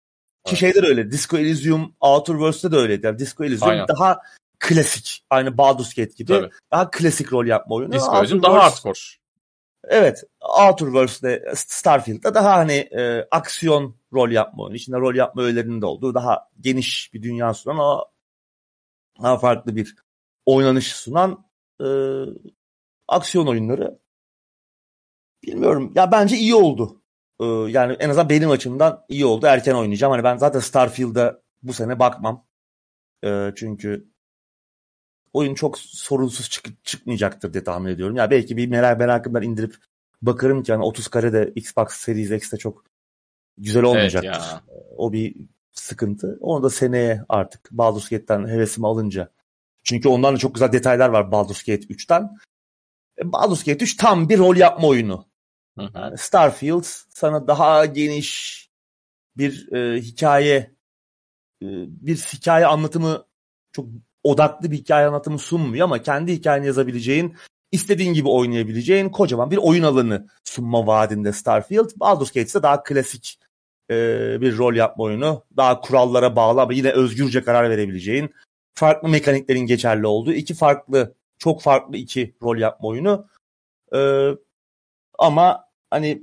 Ki şeyler öyle. Disco Elysium, Outer Worlds'te de öyleydi. Yani Disco Elysium Aynen. daha klasik. Aynı Baldur's Gate gibi. Tabii. Daha klasik rol yapma oyunu. Disco Outer Elysium daha Worlds, hardcore. evet. Outer Worlds'te, Starfield'da daha hani e, aksiyon rol yapma oyunu. İçinde rol yapma öğelerinin de olduğu daha geniş bir dünya sunan ama daha farklı bir oynanış sunan e, aksiyon oyunları. Bilmiyorum. Ya bence iyi oldu. Ee, yani en azından benim açımdan iyi oldu. Erken oynayacağım. Hani ben zaten Starfield'a bu sene bakmam. Ee, çünkü oyun çok sorunsuz çık- çıkmayacaktır diye tahmin ediyorum. Ya belki bir merak merakımdan indirip bakarım ki hani otuz kare de Xbox Series X'te çok güzel olmayacaktır. Evet ya. O bir sıkıntı. Onu da seneye artık Baldur's Gate'den hevesimi alınca. Çünkü ondan da çok güzel detaylar var Baldur's Gate üçten. E, Baldur's Gate üç tam bir rol yapma oyunu. Hı hı. Yani Starfield sana daha geniş bir e, hikaye e, bir hikaye anlatımı, çok odaklı bir hikaye anlatımı sunmuyor ama kendi hikayeni yazabileceğin, istediğin gibi oynayabileceğin kocaman bir oyun alanı sunma vaadinde Starfield. Baldur's Gate ise daha klasik e, bir rol yapma oyunu. Daha kurallara bağlı ama yine özgürce karar verebileceğin, farklı mekaniklerin geçerli olduğu iki farklı, çok farklı iki rol yapma oyunu. E, ama hani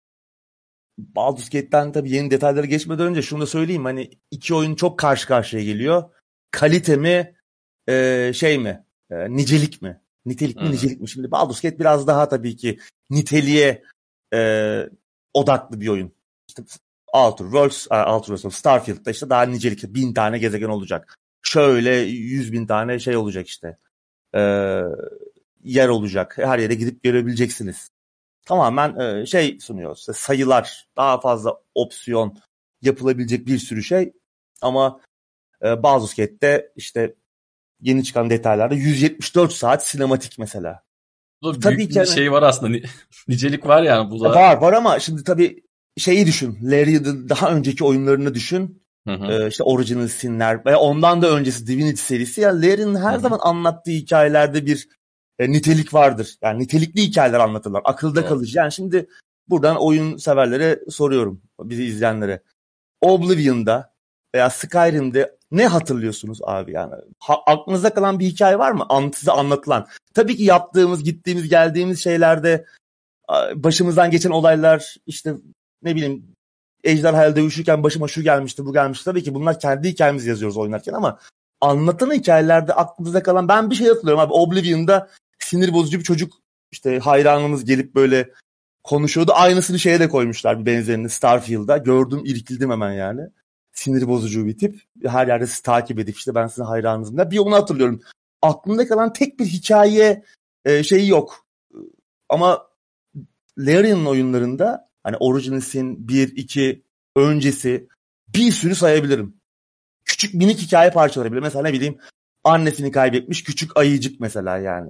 Baldur's Gate'den tabii yeni detaylara geçmeden önce şunu da söyleyeyim. Hani iki oyun çok karşı karşıya geliyor. Kalite mi, e, şey mi, e, nicelik mi? Nitelik mi, Hı. nicelik mi? Şimdi Baldur's Gate biraz daha tabii ki niteliğe e, odaklı bir oyun. İşte Outer Worlds, e, Outer Worlds, Starfield'da işte daha nicelik, bin tane gezegen olacak. Şöyle yüz bin tane şey olacak işte. E, yer olacak. Her yere gidip görebileceksiniz. Tamamen e, şey sunuyor. İşte sayılar, daha fazla opsiyon, yapılabilecek bir sürü şey. Ama e, Baldur's Gate'de işte yeni çıkan detaylarda yüz yetmiş dört saat sinematik mesela. Bu da Tabii büyük ki bir hani, şey var aslında. Ni- Nicelik var yani bu da. var var ama şimdi tabii şeyi düşün. Larry'nin daha önceki oyunlarını düşün. Hı hı. E, işte Original Sin'ler veya ondan da öncesi Divinity serisi. Ya Larry'nin her Hı hı. zaman anlattığı hikayelerde bir e, nitelik vardır. Yani nitelikli hikayeler anlatırlar. Akılda Doğru. kalıcı. Yani şimdi buradan oyun severlere soruyorum, bizi izleyenlere. Oblivion'da veya Skyrim'de ne hatırlıyorsunuz abi yani? Ha, aklınıza kalan bir hikaye var mı? An, size anlatılan. Tabii ki yaptığımız, gittiğimiz, geldiğimiz şeylerde başımızdan geçen olaylar, işte ne bileyim, ejderhayla dövüşürken başıma şu gelmişti, bu gelmişti. Tabii ki bunlar kendi hikayemizi yazıyoruz oynarken ama anlatan hikayelerde aklımızda kalan, ben bir şey hatırlıyorum abi. Oblivion'da sinir bozucu bir çocuk, işte hayranımız gelip böyle konuşuyordu. Aynısını şeye de koymuşlar, bir benzerini Starfield'da. Gördüm, irkildim hemen yani. Sinir bozucu bir tip. Her yerde sizi takip edip işte ben sizin hayranınızım da. Bir onu hatırlıyorum. Aklımda kalan tek bir hikaye e, şeyi yok. Ama Larian'ın oyunlarında hani Original Sin bir, iki öncesi bir sürü sayabilirim. Küçük minik hikaye parçaları bile. Mesela ne bileyim, annesini kaybetmiş küçük ayıcık mesela yani.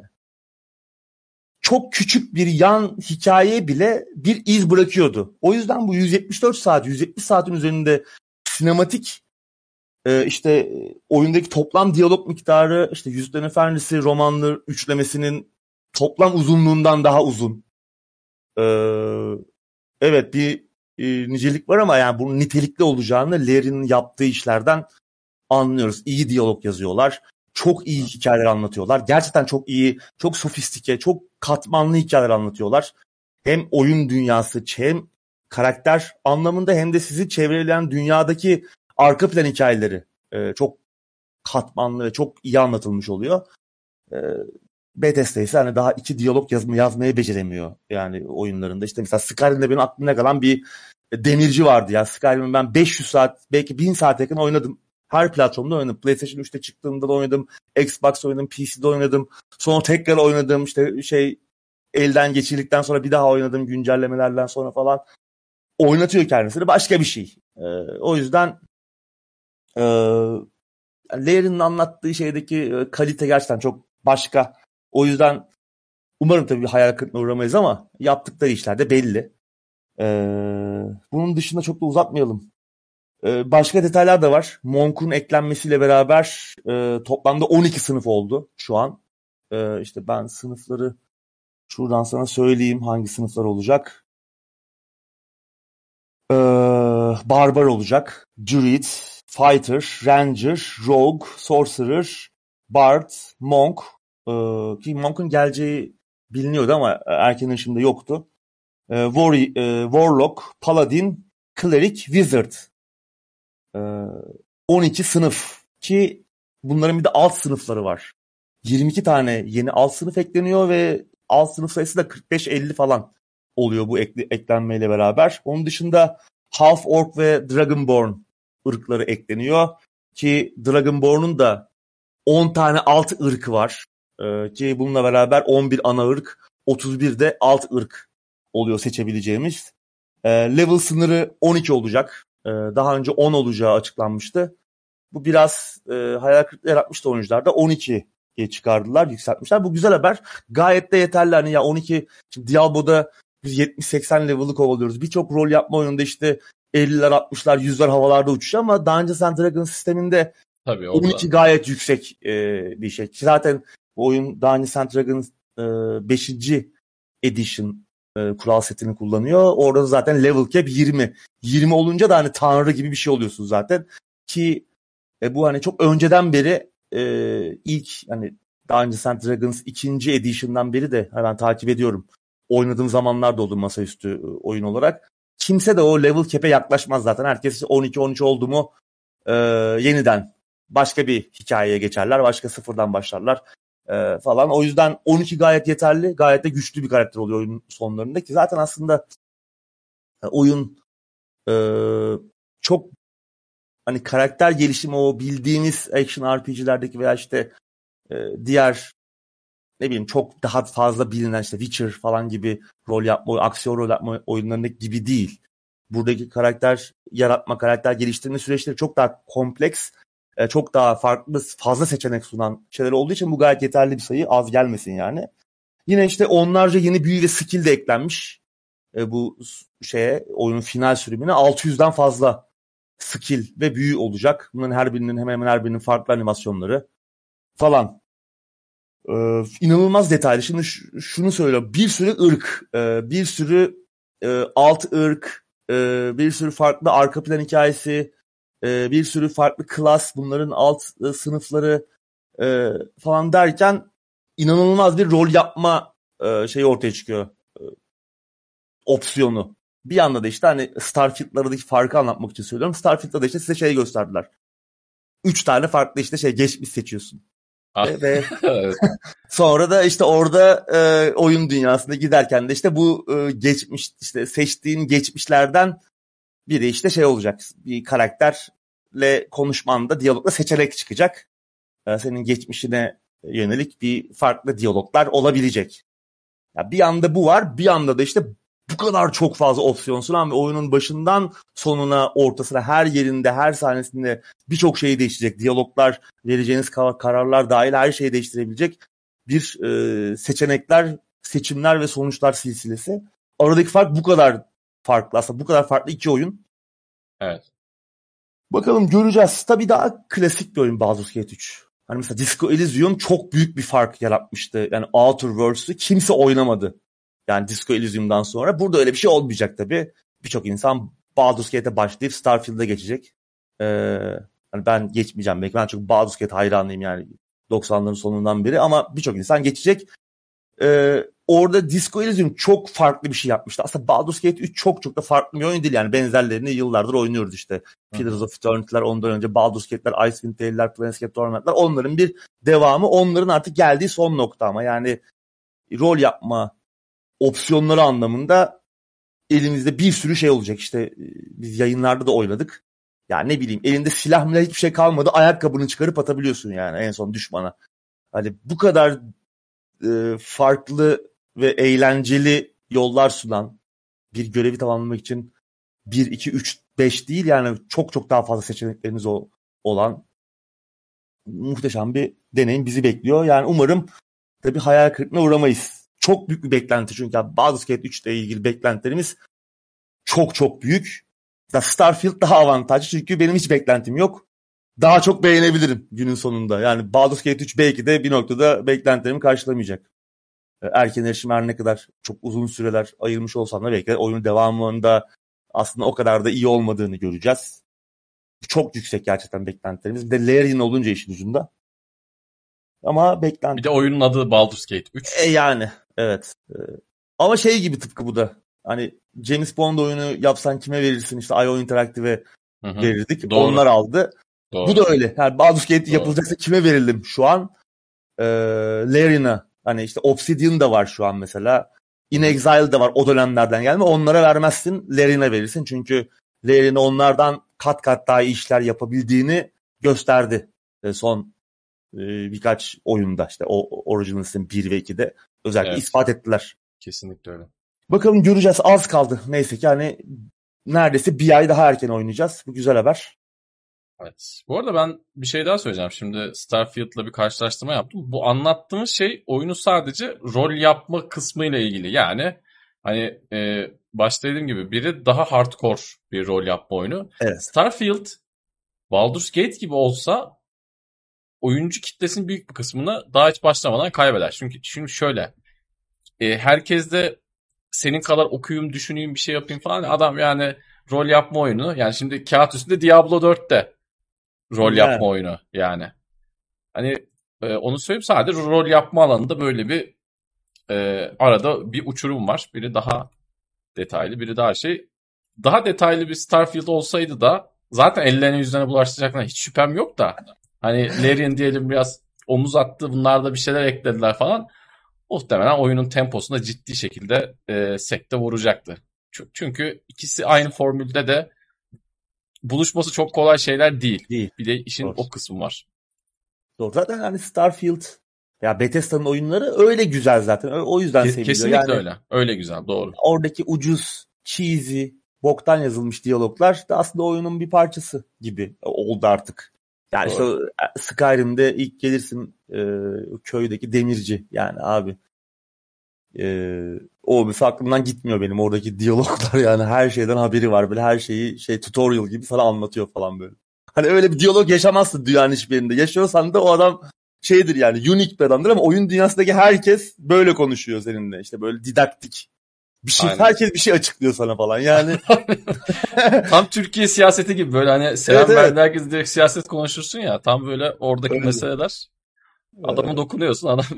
Çok küçük bir yan hikaye bile bir iz bırakıyordu. O yüzden bu yüz yetmiş dört saat, yüz yetmiş saatin üzerinde sinematik e, işte oyundaki toplam diyalog miktarı, işte Yüzüklerin Efendisi romanlı üçlemesinin toplam uzunluğundan daha uzun. Ee, evet bir e, nicelik var ama yani bunun nitelikli olacağını Larry'nin yaptığı işlerden anlıyoruz. İyi diyalog yazıyorlar. Çok iyi hikayeler anlatıyorlar. Gerçekten çok iyi, çok sofistike, çok katmanlı hikayeler anlatıyorlar. Hem oyun dünyası, hem karakter anlamında hem de sizi çevreleyen dünyadaki arka plan hikayeleri e, çok katmanlı ve çok iyi anlatılmış oluyor. E, Bethesda ise hani daha iki diyalog yazma, yazmayı beceremiyor yani oyunlarında. İşte mesela Skyrim'de benim aklımda kalan bir demirci vardı ya. Skyrim'i ben beş yüz saat, belki bin saat yakın oynadım. Her platformda oynadım. PlayStation üçte çıktığında da oynadım. Xbox oynadım, P C'de oynadım. Sonra tekrar oynadım. İşte şey, elden geçirdikten sonra bir daha oynadım güncellemelerden sonra falan. Oynatıyor kendisini. Başka bir şey. Ee, o yüzden e, Larry'nin anlattığı şeydeki e, kalite gerçekten çok başka. O yüzden umarım tabii bir hayal kırıklığına uğramayız ama yaptıkları işler de belli. Ee, bunun dışında çok da uzatmayalım. Ee, başka detaylar da var. Monk'un eklenmesiyle beraber e, toplamda on iki sınıf oldu şu an. Ee, işte ben sınıfları şuradan sana söyleyeyim hangi sınıflar olacak. Ee, Barbar olacak. Druid, Fighter, Ranger, Rogue, Sorcerer, Bard, Monk. Ee, ki Monk'un geleceği biliniyordu ama erken erişimde yoktu. Ee, War, e, Warlock, Paladin, Cleric, Wizard. Ee, on iki sınıf ki bunların bir de alt sınıfları var. yirmi iki tane yeni alt sınıf ekleniyor ve alt sınıf sayısı da kırk beş elli falan oluyor bu ekle, eklenmeyle beraber. Onun dışında Half Orc ve Dragonborn ırkları ekleniyor ki Dragonborn'un da on tane alt ırkı var. Ee, ki bununla beraber on bir ana ırk, otuz bir de alt ırk oluyor seçebileceğimiz. Ee, level sınırı on iki olacak. Ee, daha önce on olacağı açıklanmıştı. Bu biraz e, hayal kırıklığı yaratmıştı oyuncularda. on ikiye çıkardılar, yükseltmişler. Bu güzel haber. Gayet de yeterli. Hani ya on iki, şimdi Diablo'da biz yetmiş seksen level'ı kovalıyoruz. Birçok rol yapma oyununda işte elliler, altmışlar, yüzler havalarda uçuyor ama Dungeons and Dragons sisteminde Tabii on iki orada. gayet yüksek e, bir şey. Zaten bu oyun Dungeons and Dragons e, beşinci Edition e, kural setini kullanıyor. Orada zaten level cap yirmi. yirmi olunca da hani tanrı gibi bir şey oluyorsun zaten. Ki e, bu hani çok önceden beri e, ilk hani Dungeons and Dragons ikinci Edition'dan beri de hemen takip ediyorum. Oynadığım zamanlar da oldu masaüstü e, oyun olarak. Kimse de o level cap'e yaklaşmaz zaten. Herkes on iki on üç oldu mu e, yeniden başka bir hikayeye geçerler. Başka sıfırdan başlarlar e, falan. O yüzden on iki gayet yeterli. Gayet de güçlü bir karakter oluyor oyunun sonlarında ki zaten aslında e, oyun e, çok hani karakter gelişimi o bildiğimiz action R P G'lerdeki veya işte e, diğer ne bileyim çok daha fazla bilinen işte Witcher falan gibi rol yapma, aksiyon rol yapma oyunlarındaki gibi değil. Buradaki karakter yaratma, karakter geliştirme süreçleri çok daha kompleks, e, çok daha farklı, fazla seçenek sunan şeyler olduğu için bu gayet yeterli bir sayı. Az gelmesin yani. Yine işte onlarca yeni büyü ve skill de eklenmiş. E, bu şeye oyunun final sürümüne altı yüzden fazla skill ve büyü olacak. Bunların her birinin hemen hemen her birinin farklı animasyonları falan. Ee, inanılmaz detaylı. Şimdi ş- şunu söylüyorum. Bir sürü ırk, e, bir sürü e, alt ırk, e, bir sürü farklı arka plan hikayesi, e, bir sürü farklı klas, bunların alt e, sınıfları e, falan derken inanılmaz bir rol yapma e, şeyi ortaya çıkıyor. E, opsiyonu. Bir yanda da işte hani Starfield'lardaki farkı anlatmak için söylüyorum. Starfield'da da işte size şey gösterdiler. Üç tane farklı işte şey geçmiş seçiyorsun. Ah, Ve, ve evet. sonra da işte orada e, oyun dünyasında giderken de işte bu e, geçmiş işte seçtiğin geçmişlerden biri işte şey olacak. Bir karakterle konuşmanda diyalogla seçerek çıkacak. E, senin geçmişine yönelik bir farklı diyaloglar olabilecek. Ya bir anda bu var, bir anda da işte bu kadar çok fazla opsiyon sunan ve oyunun başından sonuna, ortasına, her yerinde, her sahnesinde birçok şeyi değiştirecek. Diyaloglar, vereceğiniz kararlar dahil her şeyi değiştirebilecek bir e, seçenekler, seçimler ve sonuçlar silsilesi. Aradaki fark bu kadar farklı. Aslında bu kadar farklı iki oyun. Evet. Bakalım göreceğiz. Tabii daha klasik bir oyun Baldur's Gate üç. Hani mesela Disco Elysium çok büyük bir fark yaratmıştı. Yani Outer Worlds'ü kimse oynamadı. Yani Disco Elysium'dan sonra. Burada öyle bir şey olmayacak tabii. Birçok insan Baldur's Gate'e başlayıp Starfield'a geçecek. Ee, hani ben geçmeyeceğim belki. Ben çok Baldur's Gate hayranıyım yani doksanların sonundan beri. Ama birçok insan geçecek. Ee, orada Disco Elysium çok farklı bir şey yapmıştı. Aslında Baldur's Gate üç çok çok da farklı bir oyun değil. Yani benzerlerini yıllardır oynuyoruz işte. Pillars of Eternity'ler, ondan önce Baldur's Gate'ler, Icewind Dale'ler, Planescape Torment'ler. Onların bir devamı. Onların artık geldiği son nokta ama yani rol yapma opsiyonları anlamında elimizde bir sürü şey olacak. İşte biz yayınlarda da oynadık. Yani ne bileyim elinde silah mı hiçbir şey kalmadı. Ayakkabını çıkarıp atabiliyorsun yani en son düşmana. Hani bu kadar e, farklı ve eğlenceli yollar sunan bir görevi tamamlamak için bir, iki, üç, beş değil yani çok çok daha fazla seçeneklerimiz o, olan muhteşem bir deneyim bizi bekliyor. Yani umarım tabii hayal kırıklığına uğramayız. Çok büyük bir beklenti çünkü Baldur's Gate üç ile ilgili beklentilerimiz çok çok büyük. Starfield daha avantajlı çünkü benim hiç beklentim yok. Daha çok beğenebilirim günün sonunda. Yani Baldur's Gate üç belki de bir noktada beklentilerimi karşılamayacak. Erken erişim her ne kadar çok uzun süreler ayırmış olsam da belki de oyunun devamında aslında o kadar da iyi olmadığını göreceğiz. Çok yüksek gerçekten beklentilerimiz. Bir de Larian olunca işin ucunda. Ama beklenti... Bir de oyunun adı Baldur's Gate üç. E yani evet. E, ama şey gibi tıpkı bu da. Hani James Bond oyunu yapsan kime verirsin? İşte I O Interactive'e verirdik. Doğru. Onlar aldı. Doğru. Bu da öyle. Yani Baldur's Gate yapılacaksa kime verelim şu an? Ee, Larian'a. Hani işte Obsidian da var şu an mesela. In Exile de var o dönemlerden gelme. Onlara vermezsin. Larian'a verirsin. Çünkü Larian onlardan kat kat daha iyi işler yapabildiğini gösterdi. E, son e, birkaç oyunda işte o Original Sin bir ve ikide özellikle evet. ispat ettiler. Kesinlikle öyle. Bakalım göreceğiz. Az kaldı. Neyse ki hani neredeyse bir ay daha erken oynayacağız. Bu güzel haber. Evet. Bu arada ben bir şey daha söyleyeceğim. Şimdi Starfield'la bir karşılaştırma yaptım. Bu anlattığımız şey oyunu sadece rol yapma kısmıyla ilgili. Yani hani e, başta dediğim gibi biri daha hardcore bir rol yapma oyunu. Evet. Starfield, Baldur's Gate gibi olsa oyuncu kitlesinin büyük bir kısmını daha hiç başlamadan kaybeder. Çünkü şimdi şöyle e, herkes de senin kadar okuyayım, düşüneyim, bir şey yapayım falan. Adam yani rol yapma oyunu. Yani şimdi kağıt üstünde Diablo dörtte rol yani. yapma oyunu yani. Hani e, onu söyleyeyim, sadece rol yapma alanında böyle bir e, arada bir uçurum var. Biri daha detaylı, biri daha şey. Daha detaylı bir Starfield olsaydı da zaten ellerine yüzlerine bulaştıracaklarına hiç şüphem yok da. Hani Larian diyelim biraz omuz attı, bunlar da bir şeyler eklediler falan. Muhtemelen oyunun temposunda ciddi şekilde e, sekte vuracaktı. Çünkü ikisi aynı formülde de buluşması çok kolay şeyler değil. Değil. Bir de işin Doğru. o kısmı var. Doğru. Zaten hani Starfield ya Bethesda'nın oyunları öyle güzel zaten. O yüzden Ke- seviliyor. Kesinlikle yani, öyle. Öyle güzel. Doğru. Oradaki ucuz, cheesy, boktan yazılmış diyaloglar da aslında oyunun bir parçası gibi oldu artık. Yani doğru. İşte Skyrim'de ilk gelirsin e, köydeki demirci yani abi. E, o mesela aklımdan gitmiyor benim oradaki diyaloglar yani her şeyden haberi var. Böyle her şeyi şey tutorial gibi sana anlatıyor falan böyle. Hani öyle bir diyalog yaşamazsın dünyanın hiçbir yerinde. Yaşıyorsan da o adam şeydir yani unique bir adamdır ama oyun dünyasındaki herkes böyle konuşuyor seninle. İşte böyle didaktik. Bir şey Aynen. Herkes bir şey açıklıyor sana falan yani. Tam Türkiye siyaseti gibi böyle hani selam evet, verdiğinde evet. herkes direkt siyaset konuşursun ya. Tam böyle oradaki öyle. Meseleler. Adama evet. dokunuyorsun, adam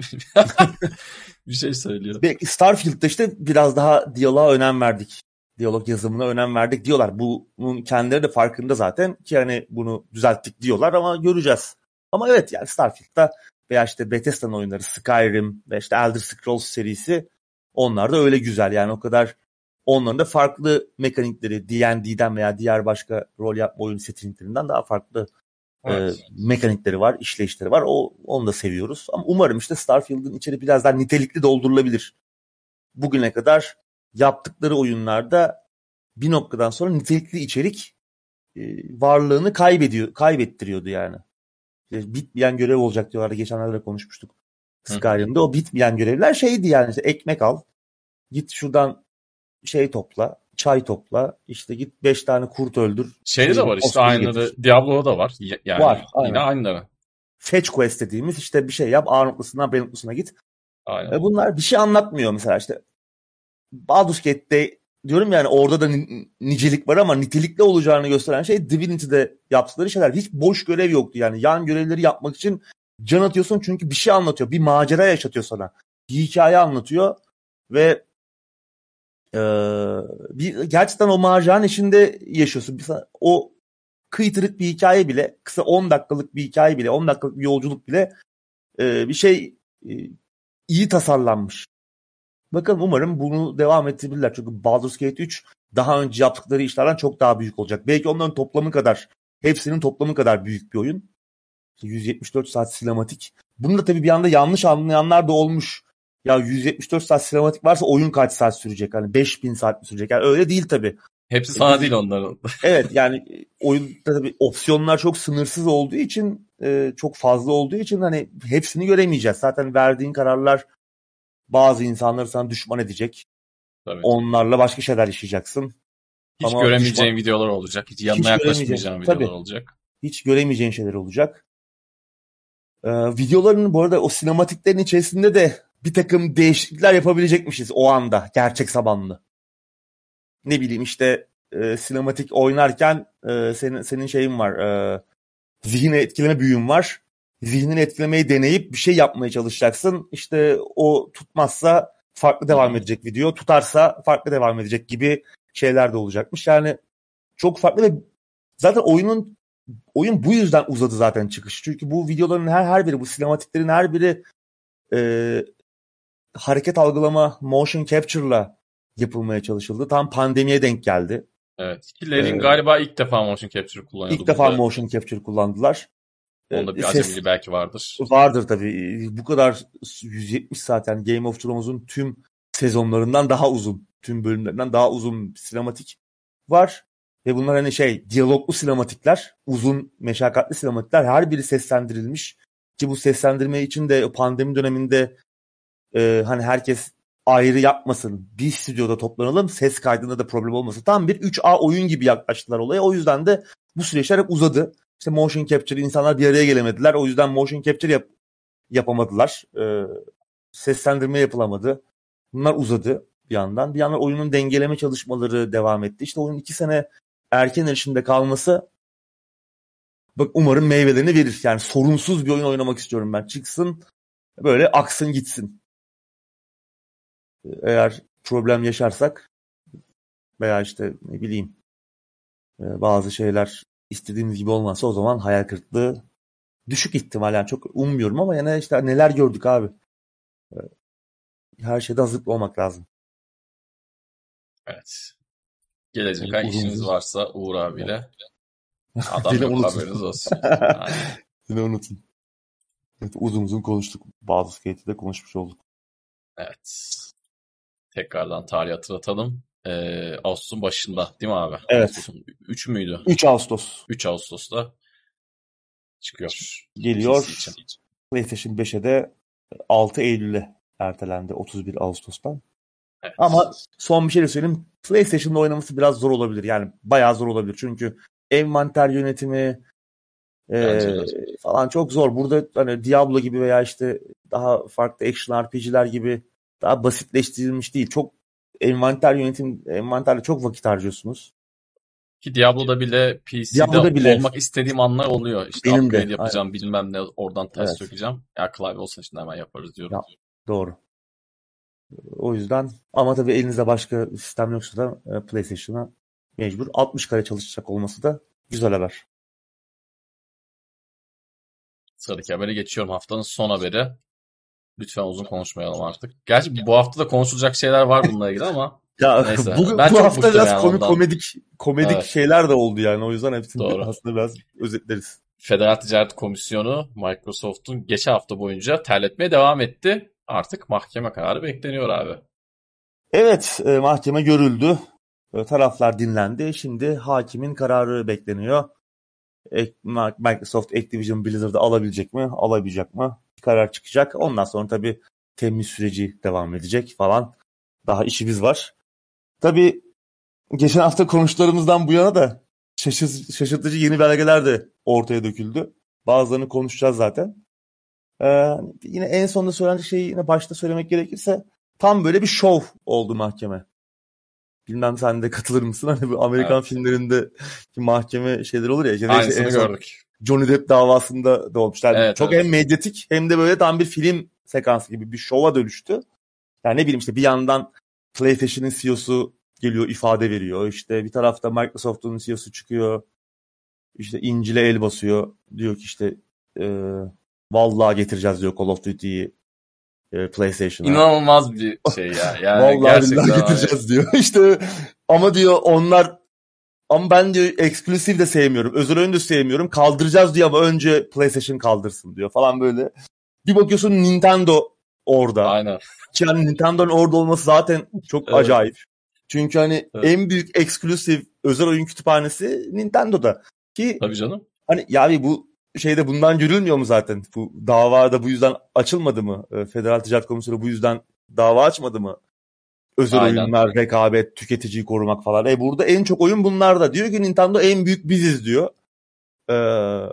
bir şey söylüyor. Starfield'da işte biraz daha diyaloğa önem verdik. Diyalog yazımına önem verdik diyorlar. Bunun kendileri de farkında zaten ki hani bunu düzelttik diyorlar ama göreceğiz. Ama evet yani Starfield'da veya işte Bethesda'nın oyunları Skyrim ve işte Elder Scrolls serisi onlar da öyle güzel yani o kadar onların da farklı mekanikleri D and D'den veya diğer başka rol yapma oyun settinglerinden daha farklı evet. e, mekanikleri var, işleyişleri var. O onu da seviyoruz. Ama umarım işte Starfield'ın içeri biraz daha nitelikli doldurulabilir. Bugüne kadar yaptıkları oyunlarda bir noktadan sonra nitelikli içerik e, varlığını kaybediyor, kaybettiriyordu yani. İşte bitmeyen görev olacak diyorlardı. Geçenlerde konuşmuştuk. Skyrim'de o bitmeyen görevler şeydi yani işte ekmek al, git şuradan şey topla, çay topla, işte git beş tane kurt öldür. Şeyde de var işte aynıları, Diablo'da da var. Yani var, yine aynıları. Fetch quest dediğimiz işte bir şey yap, A noktasından B noktasına git. Aynen. E bunlar bir şey anlatmıyor mesela işte. Baldur's Gate'de diyorum yani orada da ni- nicelik var ama nitelikli olacağını gösteren şey Divinity'de yaptıkları şeyler. Hiç boş görev yoktu yani. Yan görevleri yapmak için can atıyorsun çünkü bir şey anlatıyor. Bir macera yaşatıyor sana. Bir hikaye anlatıyor ve e, bir gerçekten o maceranın içinde yaşıyorsun. Bir, o kıytırık bir hikaye bile, kısa on dakikalık bir hikaye bile, on dakikalık bir yolculuk bile e, bir şey e, iyi tasarlanmış. Bakın umarım bunu devam ettirebilirler. Çünkü Baldur's Gate üç daha önce yaptıkları işlerden çok daha büyük olacak. Belki onların toplamı kadar, hepsinin toplamı kadar büyük bir oyun. yüz yetmiş dört saat sinematik. Bunu da tabii bir anda yanlış anlayanlar da olmuş. Ya yüz yetmiş dört saat sinematik varsa oyun kaç saat sürecek? Hani beş bin saat mi sürecek? Yani öyle değil tabii. Hepsi sana e, değil onların. Evet yani oyunda tabii opsiyonlar çok sınırsız olduğu için, e, çok fazla olduğu için hani hepsini göremeyeceğiz. Zaten verdiğin kararlar bazı insanları sana düşman edecek. Tabii. Onlarla başka şeyler yaşayacaksın. Hiç Ama göremeyeceğin düşman... videolar olacak. Hiç yanına hiç yaklaşmayacağın videolar tabii. olacak. Hiç göremeyeceğin şeyler olacak. Ee, videoların bu arada o sinematiklerin içerisinde de bir takım değişiklikler yapabilecekmişiz o anda. Gerçek zamanlı. Ne bileyim işte e, sinematik oynarken e, senin senin şeyin var. E, zihni etkileme büyün var. Zihnini etkilemeyi deneyip bir şey yapmaya çalışacaksın. İşte o tutmazsa farklı devam edecek video. Tutarsa farklı devam edecek gibi şeyler de olacakmış. Yani çok farklı ve zaten oyunun oyun bu yüzden uzadı zaten çıkış. Çünkü bu videoların her her biri, bu sinematiklerin her biri e, hareket algılama, motion capture'la yapılmaya çalışıldı. Tam pandemiye denk geldi. Evet. Ki Levin Ee, galiba ilk defa motion capture kullanıyordu ilk defa burada. motion capture kullandılar. Onda bir Ses acemiliği belki vardır. vardır tabii. Bu kadar yüz yetmiş saat, yani Game of Thrones'un tüm sezonlarından daha uzun, tüm bölümlerinden daha uzun sinematik var. Ve bunlar hani şey, diyaloglu sinematikler, uzun, meşakkatli sinematikler. Her biri seslendirilmiş. Ki bu seslendirme için de pandemi döneminde e, hani herkes ayrı yapmasın, bir stüdyoda toplanalım, ses kaydında da problem olmasın. Tam bir üç A oyun gibi yaklaştılar olaya. O yüzden de bu süreçler hep uzadı. İşte motion capture, insanlar bir araya gelemediler. O yüzden motion capture yap yapamadılar. Ee, seslendirme yapılamadı. Bunlar uzadı bir yandan. Bir yandan oyunun dengeleme çalışmaları devam etti. İşte oyunun iki sene erken erişimde kalması, bak umarım meyvelerini verir. Yani sorunsuz bir oyun oynamak istiyorum ben. Çıksın, böyle aksın gitsin. Eğer problem yaşarsak veya işte ne bileyim bazı şeyler istediğimiz gibi olmazsa, o zaman hayal kırıklığı düşük ihtimal, yani çok ummuyorum ama yani işte neler gördük abi. Her şeyde hazırlıklı olmak lazım. Evet. Gelecek Yani ay uzun işiniz uzun. varsa Uğur abiyle. Adam Beni yok, unutun. haberiniz olsun. Aynen. Beni unutun. Evet, uzun uzun konuştuk. Bazı skate'i de konuşmuş olduk. Evet. Tekrardan tarihi hatırlatalım. Ee, Ağustos'un başında değil mi abi? Evet. Ağustos'un üç müydü? üç Ağustos. üç Ağustos'ta çıkıyor. Geliyor. P C için. PlayStation beşe de altı Eylül'e ertelendi, otuz bir Ağustos'tan. Evet. Ama son bir şey de söyleyeyim. PlayStation'da oynaması biraz zor olabilir. Yani bayağı zor olabilir. Çünkü envanter yönetimi e, falan çok zor. Burada hani Diablo gibi veya işte daha farklı action R P G'ler gibi daha basitleştirilmiş değil. Çok envanter yönetim, envanterle çok vakit harcıyorsunuz. Ki Diablo'da bile P C'de Diablo'da bile olmak istediğim anlar oluyor. İşte benim upgrade de. yapacağım, Aynen. bilmem ne, oradan taş Evet. sökeceğim. Ya klavye olsa şimdi hemen yaparız diyorum. Ya, doğru. O yüzden, ama tabii elinizde başka sistem yoksa da e, PlayStation'a mecbur altmış kare çalışacak olması da güzel haber. Sıradaki habere geçiyorum. Haftanın son haberi. Lütfen uzun konuşmayalım artık. Gerçi bu hafta da konuşulacak şeyler var bununla ilgili ama Ya neyse. bu, Ben bu çok hafta bıktım biraz yani komik ondan. komedik komedik Evet. şeyler de oldu yani. O yüzden hepsini Doğru. aslında biraz özetleriz. Federal Ticaret Komisyonu Microsoft'un geçen hafta boyunca terletmeye devam etti. Artık mahkeme kararı bekleniyor abi. Evet, e, mahkeme görüldü. E, taraflar dinlendi. Şimdi hakimin kararı bekleniyor. E, Microsoft Activision Blizzard'ı alabilecek mi? Alabilecek mi? Bir karar çıkacak. Ondan sonra tabii temiz süreci devam edecek falan. Daha işimiz var. Tabii geçen hafta konuştuklarımızdan bu yana da şaşır, şaşırtıcı yeni belgeler de ortaya döküldü. Bazılarını konuşacağız zaten. Ee, yine en sonunda söylenen şeyi yine başta söylemek gerekirse, tam böyle bir şov oldu mahkeme. Bilmem sen de katılır mısın? Hani bu Amerikan Evet. filmlerinde mahkeme şeyler olur ya. İşte Aynısını en son gördük. Johnny Depp davasında da olmuşlar. Evet, Çok evet. hem medyatik hem de böyle tam bir film sekansı gibi bir şova dönüştü. Yani ne bileyim, işte bir yandan PlayStation'ın C E O'su geliyor, ifade veriyor. İşte bir tarafta Microsoft'un C E O'su çıkıyor. İşte İncil'e el basıyor. Diyor ki işte e, vallahi getireceğiz diyor Call of Duty'yi e, PlayStation'a. İnanılmaz bir şey ya. Yani Vallahi gerçekten billahi getireceğiz diyor. İşte ama diyor onlar, ama ben diyor eksklusif de sevmiyorum. Özel oyun da sevmiyorum. Kaldıracağız diyor ama önce PlayStation kaldırsın diyor falan böyle. Bir bakıyorsun Nintendo orada. Aynen. Yani Nintendo'nun orada olması zaten çok Evet. acayip. Çünkü hani Evet. en büyük eksklusif özel oyun kütüphanesi Nintendo'da. Ki Tabii canım. hani ya bu şeyde bundan görülmüyor mu zaten? Bu dava da bu yüzden açılmadı mı? Federal Ticaret Komisyonu bu yüzden dava açmadı mı? Özel Aynen. oyunlar, rekabet, tüketiciyi korumak falan. E burada en çok oyun bunlarda. Diyor ki Nintendo en büyük biziz diyor. Ee,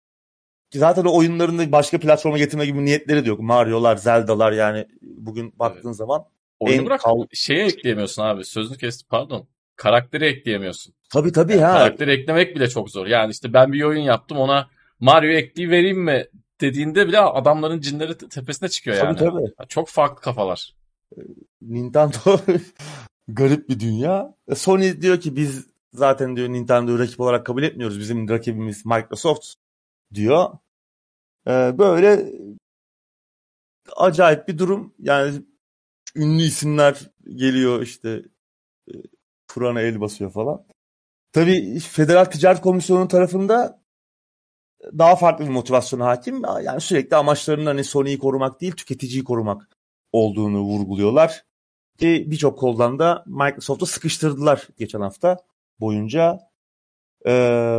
zaten o oyunlarını başka platforma getirme gibi niyetleri de yok. Mario'lar, Zelda'lar, yani bugün baktığın Evet. zaman Oyunu en bırak kal... şeye ekleyemiyorsun abi. Sözünü kestim, pardon. karakteri ekleyemiyorsun. Tabii tabii Yani ha. karakteri eklemek bile çok zor. Yani işte ben bir oyun yaptım, ona Mario ekleyivereyim mi dediğinde bile adamların cinleri te- tepesine çıkıyor Tabii yani. tabii. Çok farklı kafalar. Nintendo garip bir dünya. E, Sony diyor ki biz zaten diyor Nintendo'yu rakip olarak kabul etmiyoruz. Bizim rakibimiz Microsoft diyor. E, böyle acayip bir durum. Yani ünlü isimler geliyor işte e, Kur'an'a el basıyor falan. Tabii Federal Ticaret Komisyonu tarafında daha farklı bir motivasyon hakim. Yani sürekli amaçlarının hani Sony'yi korumak değil, tüketiciyi korumak olduğunu vurguluyorlar. Ki birçok koldan da Microsoft'u sıkıştırdılar geçen hafta boyunca. Ee,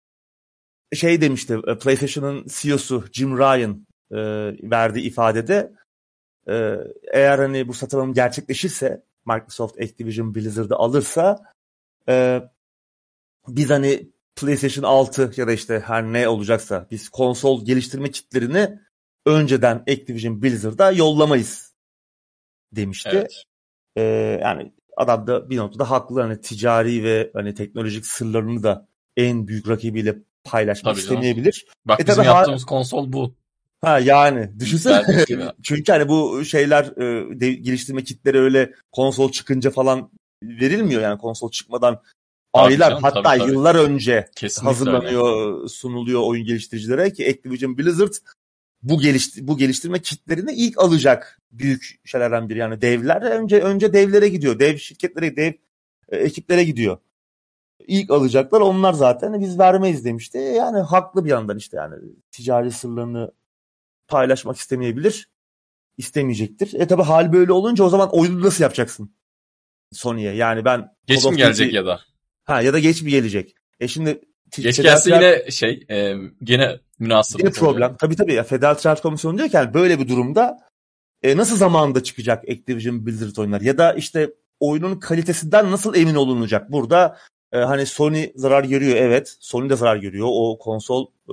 şey demişti PlayStation'ın C E O'su Jim Ryan e, verdiği ifadede e, eğer hani bu satın gerçekleşirse Microsoft Activision Blizzard'ı alırsa e, biz hani PlayStation altı ya da işte her ne olacaksa biz konsol geliştirme kitlerini önceden Activision Blizzard'a yollamayız demişti. Evet. Ee, yani adam da bir noktada haklı, hani ticari ve hani teknolojik sırlarını da en büyük rakibiyle paylaşmak Tabii canım. istemeyebilir. Bak E tabii bizim ha, yaptığımız konsol bu ha yani düşünsene dermiş gibi. çünkü hani bu şeyler e, de, geliştirme kitleri öyle konsol çıkınca falan verilmiyor, yani konsol çıkmadan Tabii aylar canım, tabii hatta tabii. yıllar önce Kesinlikle öyle. hazırlanıyor, sunuluyor oyun geliştiricilere ki Activision Blizzard bu gelişti bu geliştirme kitlerini ilk alacak büyük şeylerden biri, yani devler önce önce devlere gidiyor. Dev şirketlere, dev e, ekiplere gidiyor. İlk alacaklar onlar zaten, biz vermeyiz demişti. Yani haklı bir yandan, işte yani ticari sırlarını paylaşmak istemeyebilir, istemeyecektir. E tabi hal böyle olunca o zaman oyunu nasıl yapacaksın Sony'ye? Yani ben Call Geç mi of Duty gelecek ya da? ha ya da geç mi gelecek? E şimdi Geç Federal gelse Ticaret yine şey e, gene yine münasırlık oluyor. problem. Tabii tabii ya, Federal Ticaret Komisyonu diyor ki yani böyle bir durumda E, nasıl zamanında çıkacak Activision Blizzard oyunlar? Ya da işte oyunun kalitesinden nasıl emin olunacak? Burada e, hani Sony zarar görüyor, evet. Sony de zarar görüyor. O konsol e,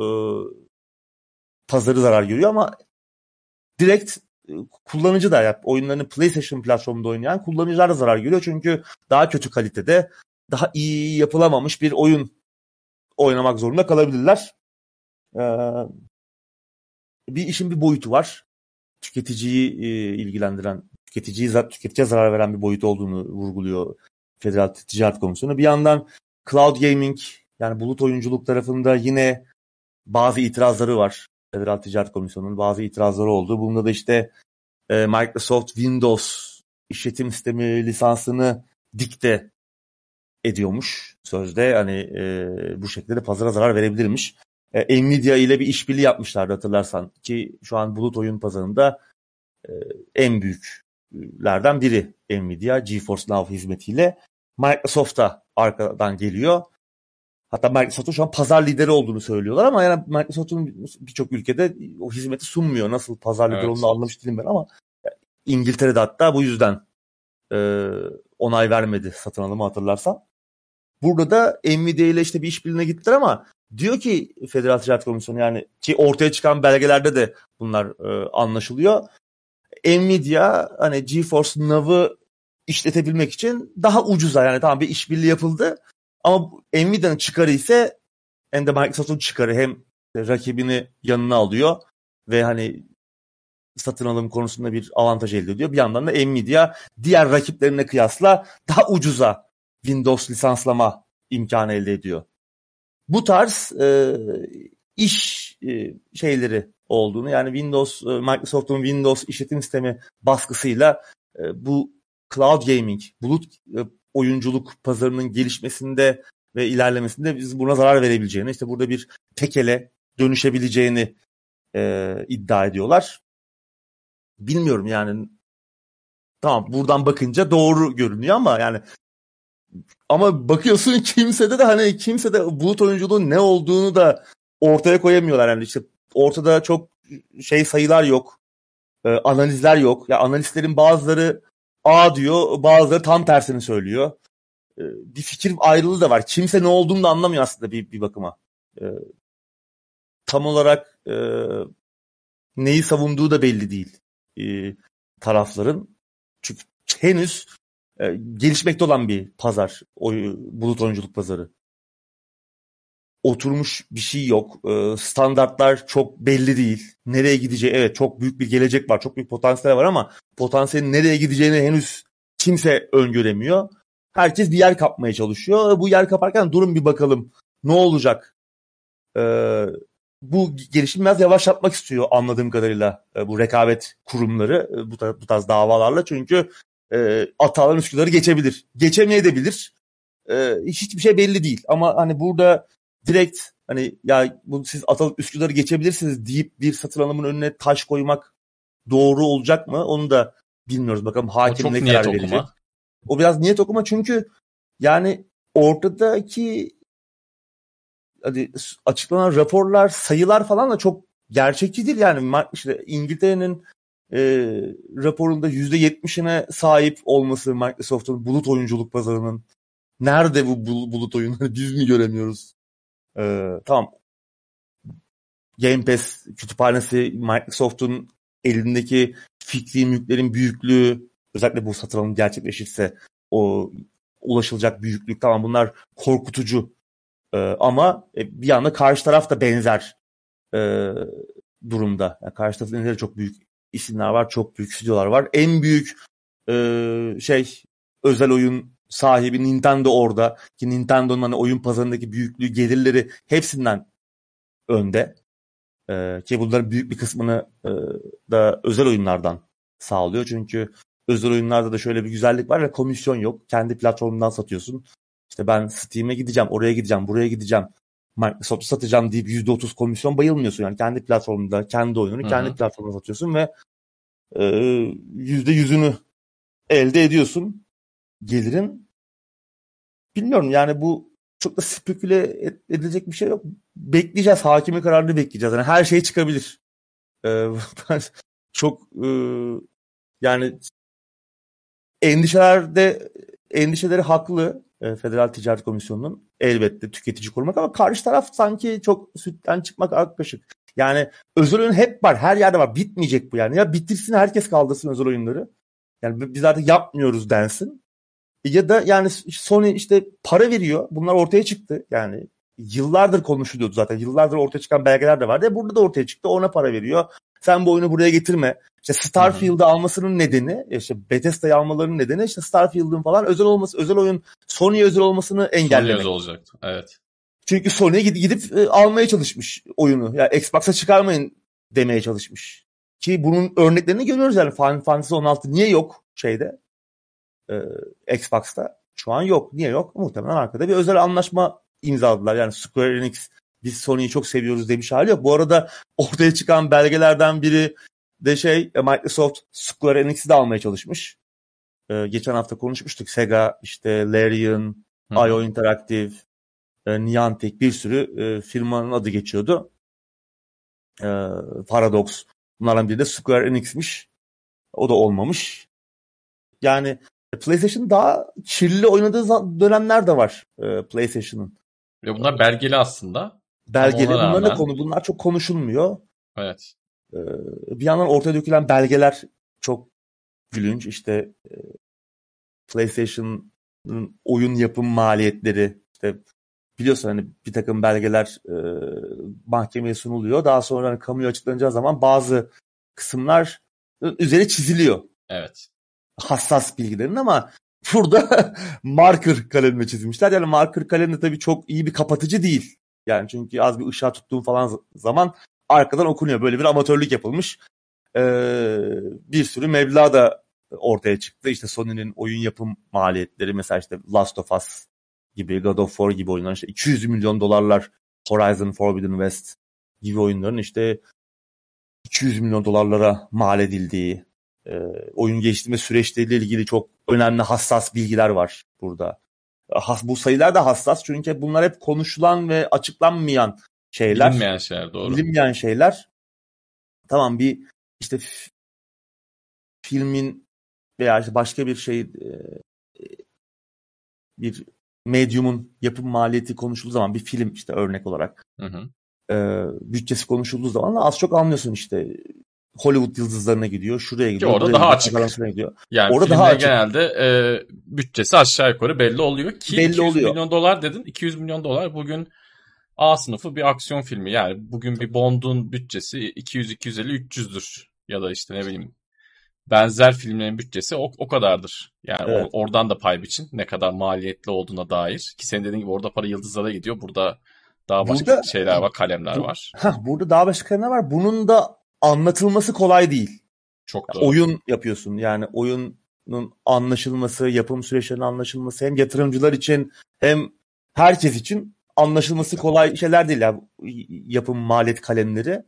pazarı zarar görüyor ama direkt e, kullanıcı da yap. Oyunlarını PlayStation platformunda oynayan kullanıcılar da zarar görüyor. Çünkü daha kötü kalitede, daha iyi yapılamamış bir oyun oynamak zorunda kalabilirler. E, bir işin bir boyutu var. Tüketiciyi e, ilgilendiren, tüketiciyi tüketiciye zarar veren bir boyut olduğunu vurguluyor Federal Ticaret Komisyonu. Bir yandan cloud gaming, yani bulut oyunculuk tarafında yine bazı itirazları var. Federal Ticaret Komisyonu'nun bazı itirazları oldu. Bunda da işte e, Microsoft Windows işletim sistemi lisansını dikte ediyormuş sözde. Hani e, bu şekilde de pazara zarar verebilirmiş. E, Nvidia ile bir işbirliği yapmışlardı hatırlarsan, ki şu an bulut oyun pazarında e, en büyüklerden biri Nvidia, GeForce Now hizmetiyle. Microsoft'a arkadan geliyor. Hatta Microsoft'un şu an pazar lideri olduğunu söylüyorlar ama yani Microsoft'un birçok ülkede o hizmeti sunmuyor. Nasıl pazar lideri Evet. olduğunu anlamış değilim ben ama İngiltere'de hatta bu yüzden e, onay vermedi satın alımı, hatırlarsan. Burada da Nvidia ile işte bir işbirliğine gittiler ama diyor ki Federal Ticaret Komisyonu, yani ki ortaya çıkan belgelerde de bunlar e, anlaşılıyor. Nvidia hani GeForce Now'ı işletebilmek için daha ucuza, yani tamam bir işbirliği yapıldı ama Nvidia'nın çıkarı ise hem de Microsoft'un çıkarı, hem rakibini yanına alıyor ve hani satın alım konusunda bir avantaj elde ediyor. Bir yandan da Nvidia diğer rakiplerine kıyasla daha ucuza Windows lisanslama imkanı elde ediyor. Bu tarz e, iş e, şeyleri olduğunu, yani Windows, e, Microsoft'un Windows işletim sistemi baskısıyla e, bu cloud gaming, bulut e, oyunculuk pazarının gelişmesinde ve ilerlemesinde biz buna zarar verebileceğini, işte burada bir tekele dönüşebileceğini e, iddia ediyorlar. Bilmiyorum yani, tamam buradan bakınca doğru görünüyor ama yani ama bakıyorsun kimsede de hani kimsede bulut oyunculuğun ne olduğunu da ortaya koyamıyorlar. Yani işte ortada çok şey sayılar yok. E, analizler yok. Ya analistlerin bazıları A diyor, bazıları tam tersini söylüyor. E, bir fikir ayrılığı da var. Kimse ne olduğunu da anlamıyor aslında bir, bir bakıma. E, tam olarak e, neyi savunduğu da belli değil e, tarafların. Çünkü henüz e, gelişmekte olan bir pazar. O, bulut oyunculuk pazarı. Oturmuş bir şey yok. E, standartlar çok belli değil. Nereye gideceği, evet çok büyük bir gelecek var. Çok büyük potansiyel var ama potansiyelin nereye gideceğini henüz kimse öngöremiyor. Herkes bir yer kapmaya çalışıyor. Bu yer kaparken durun bir bakalım ne olacak? Ee, bu gelişimi biraz yavaşlatmak istiyor anladığım kadarıyla e, bu rekabet kurumları e, bu, tarz, bu tarz davalarla. Çünkü e, Atalan Üsküdar'ı geçebilir. Geçemeyebilir. E, hiçbir şey belli değil. Ama hani burada direkt hani ya bu siz Atalan Üsküdar'ı geçebilirsiniz deyip bir satın alımın önüne taş koymak doğru olacak mı? Onu da bilmiyoruz. Bakalım O hakim çok ne niyet karar verecek. okuma. O biraz niyet okuma çünkü yani ortadaki hani açıklanan raporlar, sayılar falan da çok gerçekçi değil yani. İşte İngiltere'nin e, raporunda yüzde yetmişine sahip olması Microsoft'un bulut oyunculuk pazarının. Nerede bu bulut oyunları? Biz mi göremiyoruz? Ee, tamam. Game Pass kütüphanesi, Microsoft'un elindeki fikri mülklerin büyüklüğü, özellikle bu satın alım gerçekleşirse o ulaşılacak büyüklük, tamam bunlar korkutucu. Ee, ama bir yanda karşı taraf da benzer e, durumda. Yani karşı tarafın elinde çok büyük isimler var, çok büyük stüdyolar var. En büyük e, şey özel oyun sahibi Nintendo orada. Ki Nintendo'nun hani oyun pazarındaki büyüklüğü, gelirleri hepsinden önde. Ee, ki bunların büyük bir kısmını e, da özel oyunlardan sağlıyor. Çünkü özel oyunlarda da şöyle bir güzellik var ya, komisyon yok. Kendi platformundan satıyorsun. İşte ben Steam'e gideceğim, oraya gideceğim, buraya gideceğim. Microsoft'u satacağım deyip yüzde otuz komisyon bayılmıyorsun. Yani kendi platformunda, kendi oyununu Hı kendi hı. platformunda satıyorsun ve e, yüzde yüzünü elde ediyorsun. Gelirin. Bilmiyorum yani bu çok da speküle edilecek bir şey yok. Bekleyeceğiz. Hakimin kararını bekleyeceğiz. Yani her şey çıkabilir. Ee, çok e, yani endişelerde endişeleri haklı e, Federal Ticaret Komisyonu'nun elbette tüketici korumak, ama karşı taraf sanki çok sütten çıkmak ak kaşık. Yani özel oyun hep var, her yerde var. Bitmeyecek bu yani. Ya bitirsin, herkes kaldırsın özel oyunları. Yani biz artık yapmıyoruz densin. Ya da yani Sony işte para veriyor. Bunlar ortaya çıktı. Yani yıllardır konuşuluyordu zaten. Yıllardır ortaya çıkan belgeler de vardı. E burada da ortaya çıktı. Ona para veriyor. Sen bu oyunu buraya getirme. İşte Hı hı. Starfield'ı almasının nedeni, işte Bethesda'yı almalarının nedeni işte Starfield'ın falan özel olması, özel oyun Sony'ye özel olmasını Sony engellemek. özel olacaktı. Evet. Çünkü Sony'ye gidip, gidip e, almaya çalışmış oyunu. Ya yani Xbox'a çıkarmayın demeye çalışmış. Ki bunun örneklerini görüyoruz yani. Final Fantasy on altı niye yok şeyde? Ee, Xbox'ta şu an yok. Niye yok? Muhtemelen arkada bir özel anlaşma imzaladılar. Yani Square Enix biz Sony'yi çok seviyoruz demiş hali yok. Bu arada ortaya çıkan belgelerden biri de şey, Microsoft Square Enix'i de almaya çalışmış. Ee, geçen hafta konuşmuştuk. Sega, işte Larian, Hı hı. I O Interactive, e, Niantic, bir sürü e, firmanın adı geçiyordu. E, Paradox. Bunlardan biri de Square Enix'miş. O da olmamış. Yani PlayStation daha kirli oynadığı dönemler de var e, PlayStation'ın. Ve bunlar belgeli aslında. Ama ona Belgeli. Bunların da rağmen konu, bunlar çok konuşulmuyor. evet. E, bir yandan ortaya dökülen belgeler çok gülünç. İşte e, PlayStation'ın oyun yapım maliyetleri, işte biliyorsun hani bir takım belgeler e, mahkemeye sunuluyor. Daha sonra hani kamuya açıklanacağı zaman bazı kısımlar üzeri çiziliyor. Evet. Hassas bilgilerin, ama burada marker kalemle çizmişler. Yani marker kalem de tabii çok iyi bir kapatıcı değil. Yani çünkü az bir ışığa tuttuğum falan zaman arkadan okunuyor. Böyle bir amatörlük yapılmış. Ee, bir sürü meblağ da ortaya çıktı. İşte Sony'nin oyun yapım maliyetleri, mesela işte Last of Us gibi, God of War gibi oyunlar, işte iki yüz milyon dolarlar, Horizon Forbidden West gibi oyunların işte iki yüz milyon dolarlara mal edildiği, e, oyun geliştirme süreçleriyle ilgili çok önemli hassas bilgiler var burada. Has, bu sayılar da hassas çünkü bunlar hep konuşulan ve açıklanmayan şeyler. Bilinmeyen şeyler, doğru. Bilinmeyen şeyler. Tamam, bir işte f- filmin veya işte başka bir şey e, bir medyumun yapım maliyeti konuşulduğu zaman, bir film işte örnek olarak Hı hı. e, bütçesi konuşulduğu zaman az çok anlıyorsun işte Hollywood yıldızlarına gidiyor. Şuraya Ki gidiyor. orada Buraya daha gidiyor. açık. Kazansına gidiyor. Yani Orada daha filmlerin açık. genelde e, bütçesi aşağı yukarı belli oluyor. Ki Belli iki yüz oluyor. milyon dolar dedin. iki yüz milyon dolar bugün A sınıfı bir aksiyon filmi. Yani bugün bir Bond'un bütçesi iki yüz iki yüz elli üç yüzdür. Ya da işte ne bileyim benzer filmlerin bütçesi o, o kadardır. Yani or- Evet. oradan da pay biçin ne kadar maliyetli olduğuna dair. Ki senin dediğin gibi orada para yıldızlara gidiyor. Burada daha başka Burada şeyler var, kalemler bu, var. heh, burada daha başka ne var? Bunun da anlatılması kolay değil. Çok doğru. Oyun yapıyorsun. Yani oyunun anlaşılması, yapım süreçlerinin anlaşılması hem yatırımcılar için hem herkes için anlaşılması kolay şeyler değil. Yani yapım maliyet kalemleri.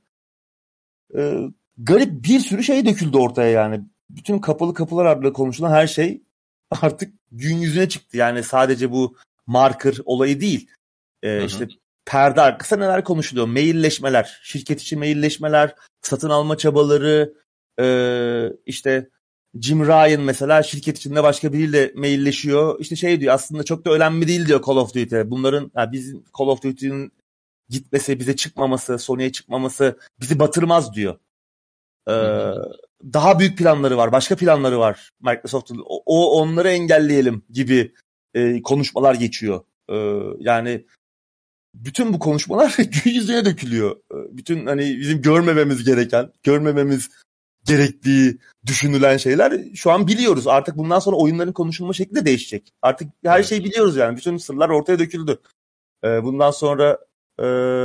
Ee, garip bir sürü şey döküldü ortaya yani. Bütün kapalı kapılar ardında konuşulan her şey artık gün yüzüne çıktı. Yani sadece bu marker olayı değil. Ee, Hı hı. işte perde arkasında neler konuşuluyor? Mailleşmeler, şirket içi mailleşmeler, satın alma çabaları, ee, işte Jim Ryan mesela şirket içinde başka biriyle mailleşiyor. İşte şey diyor aslında çok da önemli değil diyor Call of Duty. Bunların yani bizim Call of Duty'nin gitmesi, bize çıkmaması, Sony'ye çıkmaması bizi batırmaz diyor. Ee, Hı hı. daha büyük planları var, başka planları var Microsoft'un. O, o onları engelleyelim gibi e, konuşmalar geçiyor. Ee, yani bütün bu konuşmalar gün yüzüne dökülüyor. Ee, bütün hani bizim görmememiz gereken, görmememiz gerektiği düşünülen şeyler şu an biliyoruz. Artık bundan sonra oyunların konuşulma şekli de değişecek. Artık her Evet. şeyi biliyoruz yani. Bütün sırlar ortaya döküldü. Ee, bundan sonra e,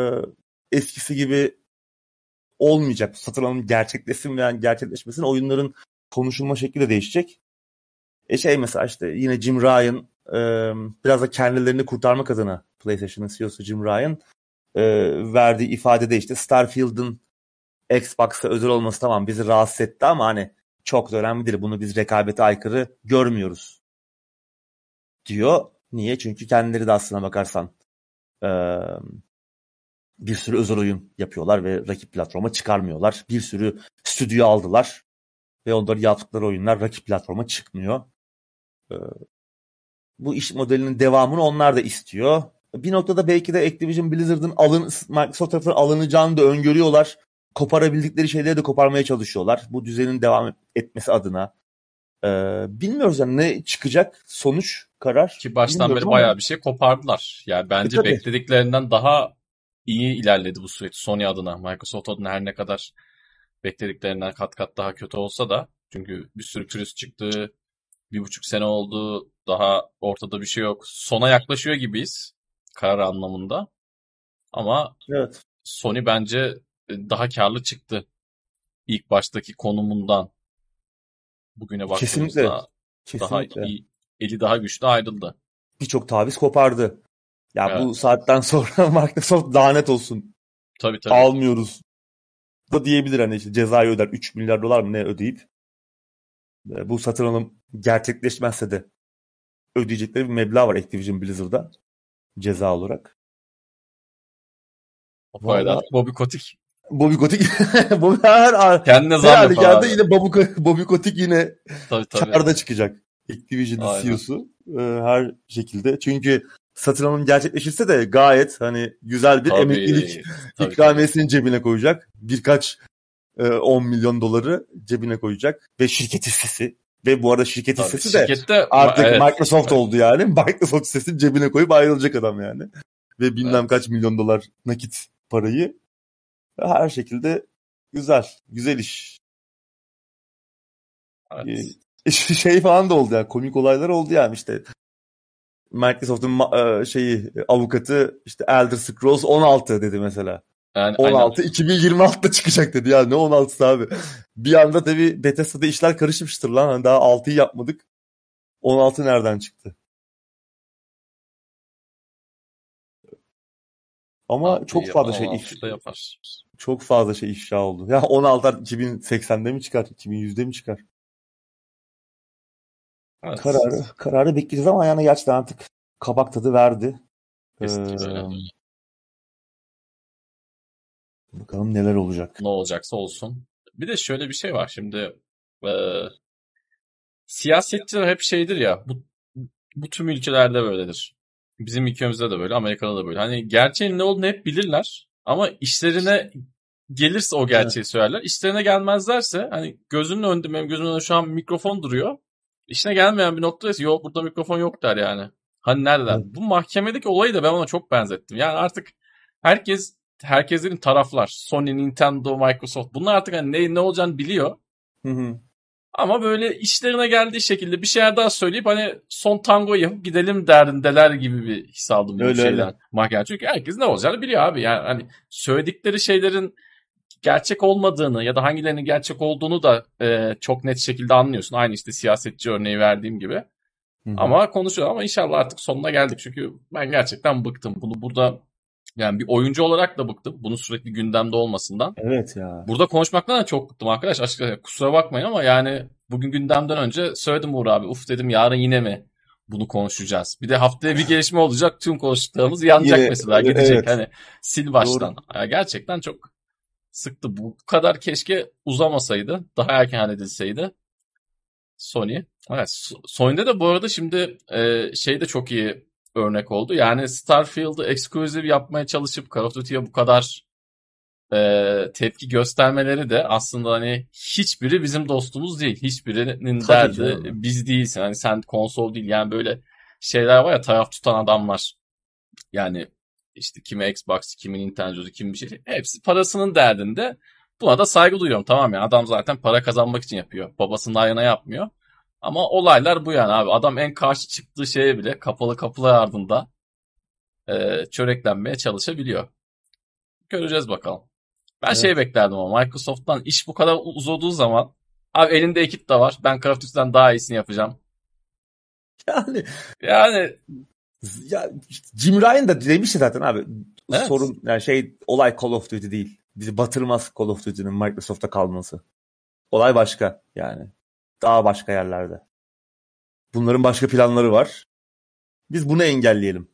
eskisi gibi olmayacak. Satın alım gerçekleşsin veya gerçekleşmesin oyunların konuşulma şekli de değişecek. E şey mesela işte yine Jim Ryan e, biraz da kendilerini kurtarmak adına PlayStation'ın C E O'su Jim Ryan e, verdiği ifadede işte Starfield'ın Xbox'a özel olması tamam bizi rahatsız etti ama hani çok da önemli değil. Bunu biz rekabete aykırı görmüyoruz diyor. Niye? Çünkü kendileri de aslına bakarsan e, bir sürü özel oyun yapıyorlar ve rakip platforma çıkarmıyorlar. Bir sürü stüdyo aldılar ve onların yaptıkları oyunlar rakip platforma çıkmıyor. Ee, bu iş modelinin devamını onlar da istiyor. Bir noktada belki de Activision Blizzard'ın alın, Microsoft tarafından alınacağını da öngörüyorlar. Koparabildikleri şeyleri de koparmaya çalışıyorlar. Bu düzenin devam etmesi adına. Ee, bilmiyoruz yani ne çıkacak sonuç, karar Ki baştan bilmiyoruz beri ama bayağı bir şey kopardılar. Yani e, bence tabii. beklediklerinden daha iyi ilerledi bu süreç Sony adına. Microsoft adına her ne kadar beklediklerinden kat kat daha kötü olsa da. Çünkü bir sürü pürüz çıktı. Bir buçuk sene oldu. Daha ortada bir şey yok. Sona yaklaşıyor gibiyiz. Karar anlamında. Ama Evet. Sony bence daha karlı çıktı. İlk baştaki konumundan bugüne Kesinlikle. baktığımızda daha Kesinlikle. iyi, eli daha güçlü ayrıldı. Birçok taviz kopardı. Ya bu Evet. saatten sonra Microsoft lanet olsun. Tabii tabii. Almıyoruz da diyebilir hani işte cezayı öder üç milyar dolar mı ne ödeyip e, bu satın alım gerçekleşmezse de ödeyecekleri bir meblağ var Activision Blizzard'da ceza olarak. O paradan Valla Bobby Kotick Bobby Kotick Bobby her, kendine her zam yapar halükarda abi. yine Bobby, Bobby Kotick yine Tabii tabii. kârda çıkacak. Activision'ın Aynen. C E O'su e, her şekilde. Çünkü satın alım gerçekleşirse de gayet hani güzel bir emeklilik Tabii. Tabii tabii. ikramiyesini cebine koyacak. Birkaç e, on milyon doları cebine koyacak ve şirket hissesi ve bu arada şirket Tabii. hissesi de Şirkette artık evet. Microsoft oldu yani. Microsoft hissesini cebine koyup ayrılacak adam yani. Ve bilmem Evet. kaç milyon dolar nakit parayı her şekilde güzel. Güzel iş. Evet. E, şey falan da oldu yani komik olaylar oldu yani işte Microsoft'un e, şeyi avukatı işte Elder Scrolls on altı dedi mesela. Yani aynen. on altı iki bin yirmi altıda çıkacak dedi ya ne on altısı abi. Bir anda tabii Bethesda'da işler karışmıştır lan. Hani daha altıyı yapmadık. on altı nereden çıktı? Ama Altıyı çok yapan fazla şey iş on altıda yapar. çok fazla şey ifşa oldu. Ya on altı iki bin seksende mi çıkar? iki bin yüzde mi çıkar? Evet. Kararı kararı bekleyeceğiz ama yani gerçekten artık kabak tadı verdi. Ee, Kesinlikle öyle. bakalım neler olacak. Ne olacaksa olsun. Bir de şöyle bir şey var. Şimdi e, siyasetçiler hep şeydir ya. Bu, bu tüm ülkelerde böyledir. Bizim ülkemizde de böyle, Amerika'da da böyle. Hani gerçeğin ne olduğunu hep bilirler. Ama işlerine gelirse o Evet. gerçeği söylerler. İşlerine gelmezlerse hani gözünün önünde benim gözümün önünde şu an mikrofon duruyor. İşine gelmeyen bir noktadaysa yok burada mikrofon yok der yani. Hani neredeler? Evet. Bu mahkemedeki olayı da ben ona çok benzettim. Yani artık herkes herkeslerin taraflar. Sony, Nintendo, Microsoft bunlar artık hani ne, ne olacağını biliyor. Hı hı. Ama böyle işlerine geldiği şekilde bir şeyler daha söyleyip hani son tango yapıp gidelim derdindeler gibi bir his aldım bu Öyle öyle. şeyden. Mahkeme. Çünkü herkes ne olacağını biliyor abi. Yani hani söyledikleri şeylerin gerçek olmadığını ya da hangilerinin gerçek olduğunu da e, çok net şekilde anlıyorsun. Aynı işte siyasetçi örneği verdiğim gibi. Hı hı. Ama konuşuyor ama inşallah artık sonuna geldik. Çünkü ben gerçekten bıktım. Bunu burada yani bir oyuncu olarak da bıktım. Bunun sürekli gündemde olmasından. Evet ya. Burada konuşmaktan da çok bıktım arkadaş. Açıkçası kusura bakmayın ama yani bugün gündemden önce söyledim Uğur abi. Uf dedim yarın yine mi bunu konuşacağız? Bir de haftaya bir gelişme olacak. Tüm konuştuklarımız yanacak Yine mesela. e- Gidecek evet. hani sil baştan. Doğru. Ya gerçekten çok sıktı. Bu kadar keşke uzamasaydı. Daha erken halledilseydi. Sony. Evet, So- Sony'de de bu arada şimdi e, şey de çok iyi örnek oldu. Yani Starfield'ı exclusive yapmaya çalışıp Call of Duty'ye bu kadar e, tepki göstermeleri de aslında hani hiçbiri bizim dostumuz değil. Hiçbirinin Tabii derdi canım. biz değilsin. Hani sen konsol değil. Yani böyle şeyler var ya taraf tutan adamlar. Yani işte kimi Xbox, kimi Nintendo, kimi bir şey. Hepsi parasının derdinde. Buna da saygı duyuyorum. Tamam ya adam zaten para kazanmak için yapıyor. Babasının ayağına yapmıyor. Ama olaylar bu yani abi. Adam en karşı çıktığı şeye bile kapalı kapılar ardında e, çöreklenmeye çalışabiliyor. Göreceğiz bakalım. Ben şey Evet. beklerdim ama Microsoft'tan iş bu kadar uzadığı zaman abi elinde ekip de var. Ben Call of Duty'den daha iyisini yapacağım. Yani Yani ya Jim Ryan da demişti zaten abi. evet. Sorun yani şey olay Call of Duty değil. Bizi batırmaz Call of Duty'nin Microsoft'ta kalması. Olay başka yani. Daha başka yerlerde. Bunların başka planları var. Biz bunu engelleyelim.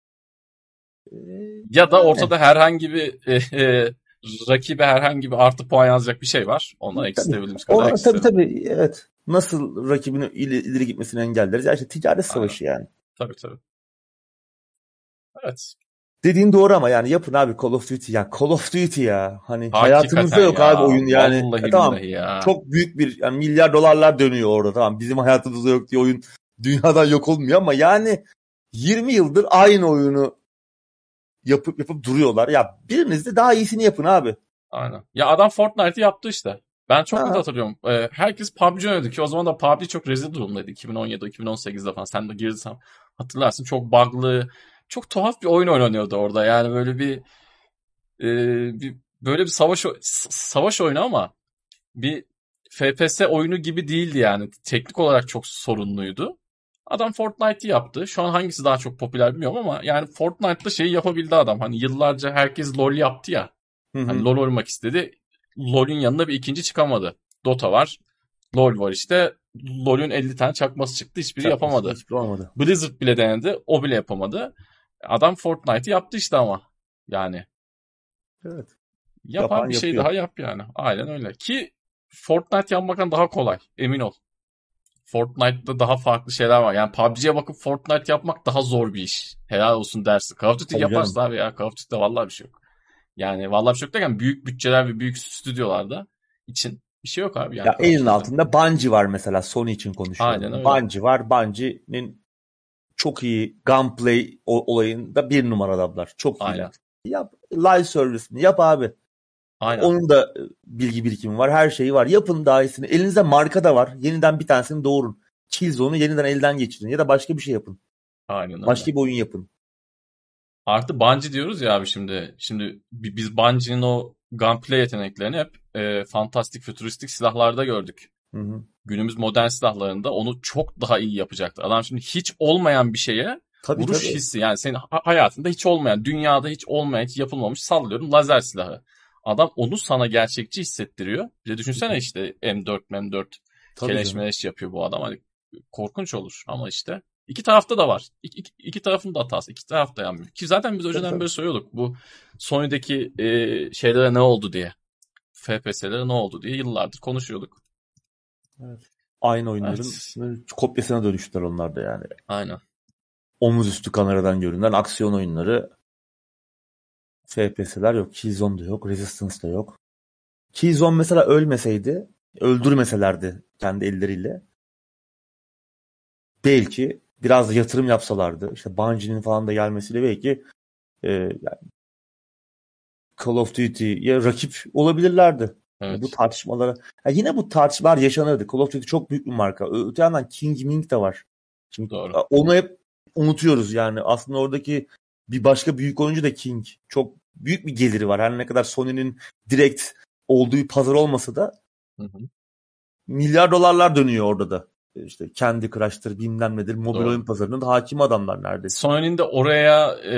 Ee, Ya da yani ortada herhangi bir e, e, rakibe herhangi bir artı puan yazacak bir şey var. Onu tabii. eksilebildiğimiz kadar O tabii eksilelim. tabii evet. Nasıl rakibini ileri, ileri gitmesini engelleriz? Ya işte ticaret Aynen. savaşı yani. Tabii tabii. Evet. Dediğin doğru ama yani yapın abi Call of Duty ya. Call of Duty ya. Hani hayatımızda Hakikaten yok abi ya. oyun yani. Ya Vallahi tamam billahi ya. çok büyük bir yani milyar dolarlar dönüyor orada tamam. Bizim hayatımızda yok diye oyun dünyadan yok olmuyor ama yani yirmi yıldır aynı oyunu yapıp yapıp duruyorlar. Ya biriniz de daha iyisini yapın abi. Aynen. Ya adam Fortnite'ı yaptı işte. Ben çok net Ha, hatırlıyorum. Ee, herkes P U B G oynadı ki o zaman da P U B G çok rezil durumdaydı. iki bin on yedi iki bin on sekizde falan. Sen de girdiysen hatırlarsın. Çok bug'lı, çok tuhaf bir oyun oynanıyordu orada. Yani böyle bir, e, bir böyle bir savaş o- s- savaş oyunu ama bir F P S oyunu gibi değildi yani. Teknik olarak çok sorunluydu. Adam Fortnite'ı yaptı. Şu an hangisi daha çok popüler bilmiyorum ama yani Fortnite'da şeyi yapabildi adam. Hani yıllarca herkes LoL yaptı ya. hı Hani hı. LoL oynamak istedi. LoL'ün yanında bir ikinci çıkamadı. Dota var. LoL var işte. LoL'ün elli tane çakması çıktı. Hiçbiri Çakması yapamadı. hiçbir olmadı. Blizzard bile denedi. O bile yapamadı. Adam Fortnite'ı yaptı işte ama. Yani Evet. yap abi Yapan bir şey yapıyor. daha yap yani. Aynen öyle. Ki Fortnite yapmaktan daha kolay. Emin ol. Fortnite'da daha farklı şeyler var. Yani P U B G'ye bakıp Fortnite yapmak daha zor bir iş. Helal olsun dersin. Call of Duty Tabii yaparsın canım. abi ya. Call of Duty'de vallahi bir şey yok. Yani vallahi bir şey yok derken büyük bütçeler ve büyük stüdyolarda için bir şey yok abi yani Ya Call of elinin Duty'de. altında Bungie var mesela Sony için Aynen konuşuyorum. öyle. Bungie var. Bungie'nin çok iyi gunplay o- olayında bir numara adamlar. Çok Aynen. iyiler. Yap live servisini yap abi. Aynen. Onun da e, bilgi birikimi var. Her şeyi var. Yapın daha iyisini. Elinizde marka da var. Yeniden bir tanesini doğurun. Killzone'u yeniden elden geçirin. Ya da başka bir şey yapın. Aynen öyle. Başka bir oyun yapın. Artı Bungie diyoruz ya abi şimdi. Şimdi bi- biz Bungie'nin o gunplay yeteneklerini hep e, fantastik, fütüristik silahlarda gördük. Hı hı. Günümüz modern silahlarında onu çok daha iyi yapacaktı. Adam şimdi hiç olmayan bir şeye Tabii vuruş tabii. hissi yani senin ha- hayatında hiç olmayan, dünyada hiç olmayan, hiç yapılmamış sallıyorum lazer silahı. Adam onu sana gerçekçi hissettiriyor. Bir de Hı düşünsene hı. işte M dört, M dört Tabii keleş canım. meleş yapıyor bu adam. Hani korkunç olur ama işte iki tarafta da var. İki, iki, iki tarafın da hatası. İki taraf da yanmıyor. Ki zaten biz Tabii önceden tabii. beri söylüyorduk. Bu Sony'deki e, şeylere ne oldu diye. F P S'lere ne oldu diye yıllardır konuşuyorduk. Evet. Aynı oyunların Evet. kopyasına dönüştüler onlar da yani. Aynen. Omuzüstü kameradan görünen aksiyon oyunları F P S'ler yok. Killzone da yok. Resistance da yok. Killzone mesela ölmeseydi, öldürmeselerdi kendi elleriyle, belki biraz da yatırım yapsalardı, işte Bungie'nin falan da gelmesiyle belki e, yani Call of Duty'ye rakip olabilirlerdi. Yani bu Evet. tartışmalara, ya yine bu tartışmalar yaşanırdı. Call of Duty çok büyük bir marka. Ö- Öte yandan King Ming de var. Şimdi Doğru. onu hep unutuyoruz yani. Aslında oradaki bir başka büyük oyuncu da King. Çok büyük bir geliri var. Her ne kadar Sony'nin direkt olduğu bir pazar olmasa da Hı hı. milyar dolarlar dönüyor orada da. İşte Candy Crush'tır, bilmem nedir, mobil oyun Doğru. pazarının da hakim adamlar neredeyse. Sony'nin de oraya e,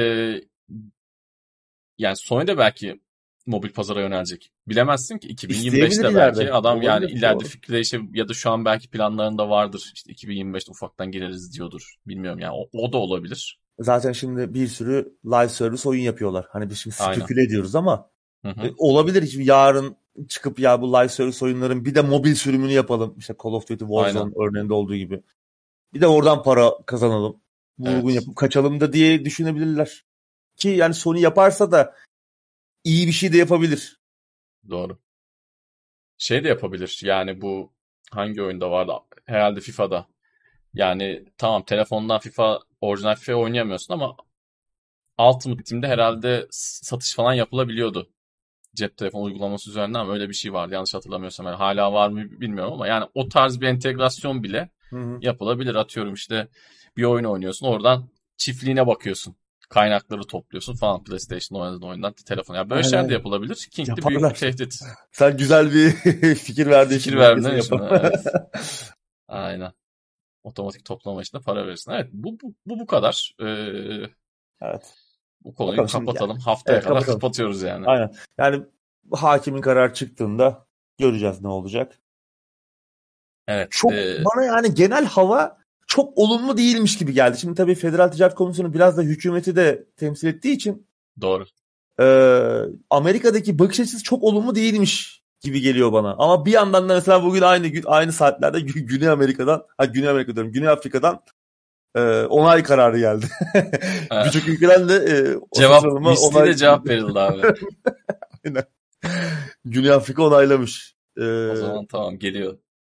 yani Sony de belki mobil pazara yönelecek. Bilemezsin ki İsteyebilir iki bin yirmi beşte belki ileride. adam yani Olabilir. ileride Doğru. fikri değişir ya da şu an belki planlarında vardır. İşte iki bin yirmi beşte ufaktan gireriz diyordur. Bilmiyorum yani o, o da olabilir. Zaten şimdi bir sürü live service oyun yapıyorlar. Hani biz şimdi Aynen. speküle ediyoruz ama Hı e, hı. olabilir. Hiç yarın çıkıp ya bu live service oyunların bir de mobil sürümünü yapalım. İşte Call of Duty Aynen. Warzone örneğinde olduğu gibi. Bir de oradan para kazanalım. Vurgun Evet. yapıp kaçalım da diye düşünebilirler. Ki yani Sony yaparsa da iyi bir şey de yapabilir. Doğru. Şey de yapabilir. Yani bu hangi oyunda vardı? Herhalde FIFA'da. Yani tamam telefondan FIFA orijinal FIFA oynayamıyorsun ama Ultimate Team'de herhalde satış falan yapılabiliyordu. Cep telefonu uygulaması üzerinden ama öyle bir şey vardı yanlış hatırlamıyorsam. Yani hala var mı bilmiyorum ama yani o tarz bir entegrasyon bile Hı hı. yapılabilir. Atıyorum işte bir oyun oynuyorsun oradan çiftliğine bakıyorsun. Kaynakları topluyorsun falan PlayStation oynadığın oyundan telefon. Yani böyle Aynen şeyler de aynen. yapılabilir. King de büyük bir Yaparlar. tehdit. Sen güzel bir fikir verdin Fikir şimdi. verdim Kesin değil mi şimdi? yapalım. Evet. Aynen. Otomatik toplama için de para verirsin. Evet bu bu, bu, bu kadar. Ee, Evet. bu konuyu Bakalım şimdi yani. kapatalım. Haftaya Evet, kadar kapatalım. kapatıyoruz yani. Aynen. Yani hakimin kararı çıktığında göreceğiz ne olacak. Evet. Çok E, bana yani genel hava çok olumlu değilmiş gibi geldi. Şimdi tabii Federal Ticaret Komisyonu biraz da hükümeti de temsil ettiği için doğru. e, Amerika'daki bakış açısı çok olumlu değilmiş gibi geliyor bana. Ama bir yandan da mesela bugün aynı gün aynı saatlerde Gü- Güney Amerika'dan, ha Güney Amerika diyorum, Güney Afrika'dan e, onay kararı geldi. E, Birçok ülkeden de e, o satın cevap alıma onay misliyle cevap verildi abi. Aynen. Güney Afrika onaylamış. E, O zaman tamam geliyor.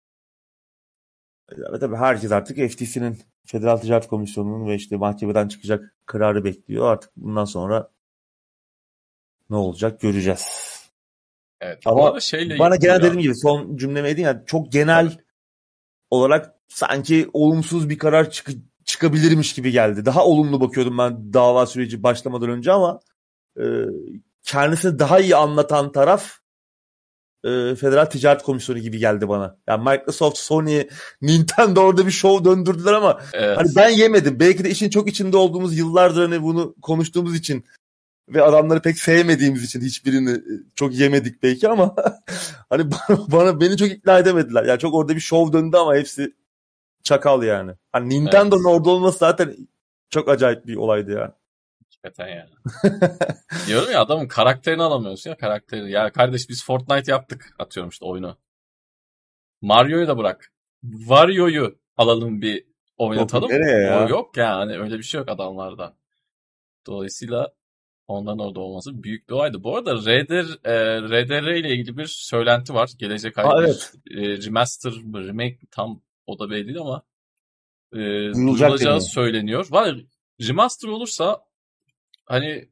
Evet tabii herkes artık F T C'nin, Federal Ticaret Komisyonu'nun ve işte mahkemeden çıkacak kararı bekliyor. Artık bundan sonra ne olacak göreceğiz. Evet. Bu arada Ama şeyle bana genel buyur dediğim abi. gibi son cümleme edin ya, çok Tabii. genel olarak sanki olumsuz bir karar çık çıkabilirmiş gibi geldi. Daha olumlu bakıyordum ben dava süreci başlamadan önce ama e, kendisini daha iyi anlatan taraf e, Federal Ticaret Komisyonu gibi geldi bana. Yani Microsoft, Sony, Nintendo orada bir show döndürdüler ama hani Evet. ben yemedim. Belki de işin çok içinde olduğumuz, yıllardır hani bunu konuştuğumuz için ve adamları pek sevmediğimiz için hiçbirini e, çok yemedik belki ama hani bana, bana beni çok ikna edemediler. Yani çok orada bir show döndü ama hepsi çakal yani. Hani Nintendo'nun Evet. orada olması zaten çok acayip bir olaydı yani. Hakikaten yani. Diyorum ya adamın karakterini alamıyorsun ya karakteri. Ya kardeş biz Fortnite yaptık atıyorum işte oyunu. Mario'yu da bırak. Wario'yu alalım bir Yok oynatalım. nereye O ya? yok yani öyle bir şey yok adamlarda. Dolayısıyla ondan orada olması büyük bir olaydı. Bu arada R D R, e, R D R ile ilgili bir söylenti var. Gelecek ay Aa bir evet. e, remaster mı, remake mi tam o da belli değil ama e, Duyulacak duyulacağı deniyor. söyleniyor. Var remaster olursa hani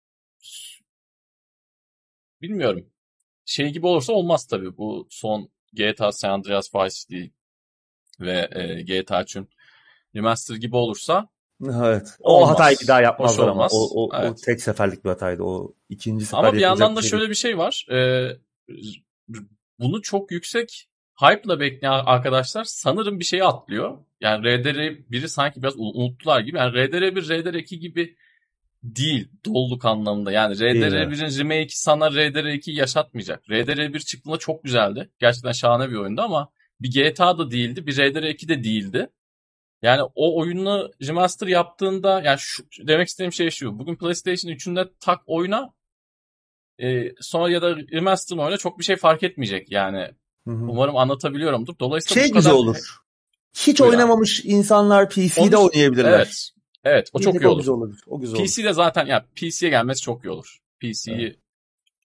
bilmiyorum. Şey gibi olursa olmaz tabii. Bu son G T A San Andreas Vice City ve e, G T A üçün remaster gibi olursa Evet. O hatayı bir olmaz. daha Hoş yapmazlar ama. olmaz. O, o, o Evet. tek seferlik bir hataydı. O ikinci sefer Ama bir yapılacak yandan bir da şey değil. şöyle bir şey var. Ee, bunu çok yüksek hype'la bekleyen arkadaşlar sanırım bir şeyi atlıyor. Yani R D R biri sanki biraz unuttular gibi. Yani R D R bir, R D R iki gibi değil doluluk anlamında. Yani Değil R D R evet. birin remake'i sana R D R ikiyi yaşatmayacak. R D R bir çıktığında çok güzeldi. Gerçekten şahane bir oyundu ama bir G T A da değildi, bir R D R iki de değildi. Yani o oyunu remaster yaptığında yani şu, demek istediğim şey şu. Bugün PlayStation üçünde tak oyna e, sonra ya da remaster oyna çok bir şey fark etmeyecek yani. Hı hı. Umarım anlatabiliyorumdur. Dolayısıyla bu Şey güzel kadar olur. Hiç buyur abi. oynamamış insanlar P C'de Onu oynayabilirler. evet. Evet o Bir çok tek iyi o olur. güzel olur. O güzel olur. P C'de zaten ya P C'ye gelmesi çok iyi olur. Evet. P C'yi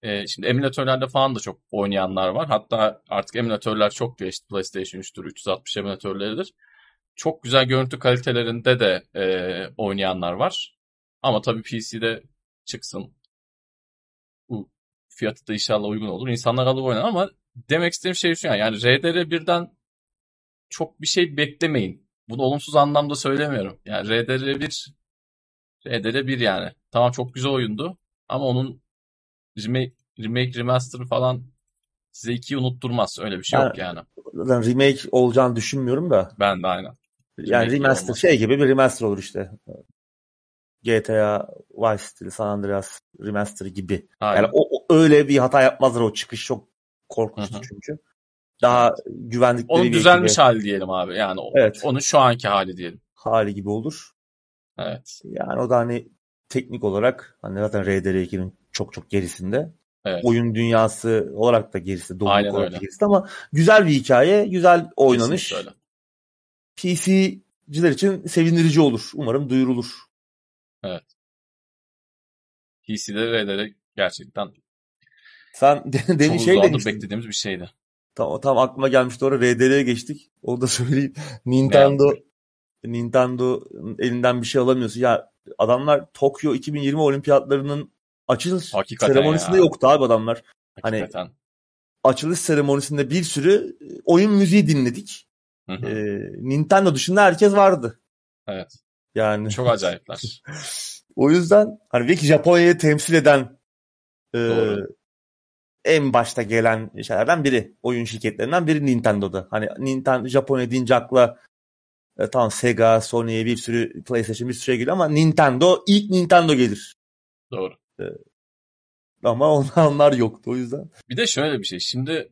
e, şimdi emülatörlerde falan da çok oynayanlar var. Hatta artık emülatörler çok geçti. PlayStation üçtür, üç yüz altmış emülatörleridir. Çok güzel görüntü kalitelerinde de e, oynayanlar var. Ama tabii P C'de çıksın. Bu fiyatı da inşallah uygun olur. İnsanlar alıp oynar ama demek istediğim şey şu, yani, yani R D R birden çok bir şey beklemeyin. Bunu olumsuz anlamda söylemiyorum. Yani R D R bir R D R bir yani. Tamam, çok güzel oyundu ama onun remake, remake remaster falan size ikiyi unutturmaz. Öyle bir şey Yani yok yani. zaten remake olacağını düşünmüyorum da. Ben de aynen. Yani Remake iyi remaster olmaz. şey gibi bir remaster olur işte. G T A Vice City, San Andreas remaster gibi. Yani Aynen. o, o- öyle bir hata yapmazlar. O çıkış çok Hı korkunçtu hı. çünkü. Daha Evet. güvendikleri Onun bir ekibe, düzelmiş hali diyelim abi. Yani o- evet, onun şu anki hali diyelim. hali gibi olur. Evet. Yani o da hani teknik olarak hani zaten R D R ikinin çok çok gerisinde. Evet. Oyun dünyası olarak da gerisi, doluluk Aynen olarak da öyle. gerisi ama güzel bir hikaye, güzel Kesinlikle oynanış. öyle. P C'ciler için sevindirici olur. Umarım duyurulur. Evet. P C'de R D R gerçekten Sen de- demin çok uzun şey zamandır demiştin. beklediğimiz bir şeydi. Tam, tam aklıma gelmişti, orada R D R'ye geçtik. Onu da söyleyeyim. Ne yazık Nintendo ki. Nintendo elinden bir şey alamıyorsun. Ya adamlar Tokyo iki bin yirmi olimpiyatlarının açılış Hakikaten seremonisinde ya. yoktu abi adamlar. Hani Hakikaten. açılış seremonisinde bir sürü oyun müziği dinledik. Hı Ee, hı. Nintendo dışında herkes vardı. Evet. Yani Çok acayipler. o yüzden hani belki Japonya'yı temsil eden e, Doğru. en başta gelen şeylerden biri. Oyun şirketlerinden biri Nintendo'da. Hani Nintendo Japonya deyince akla e, tamam Sega, Sony'ye bir sürü PlayStation bir sürü şey geliyor ama Nintendo ilk Nintendo gelir. Doğru. E, ama onlar, onlar yoktu o yüzden. Bir de şöyle bir şey. Şimdi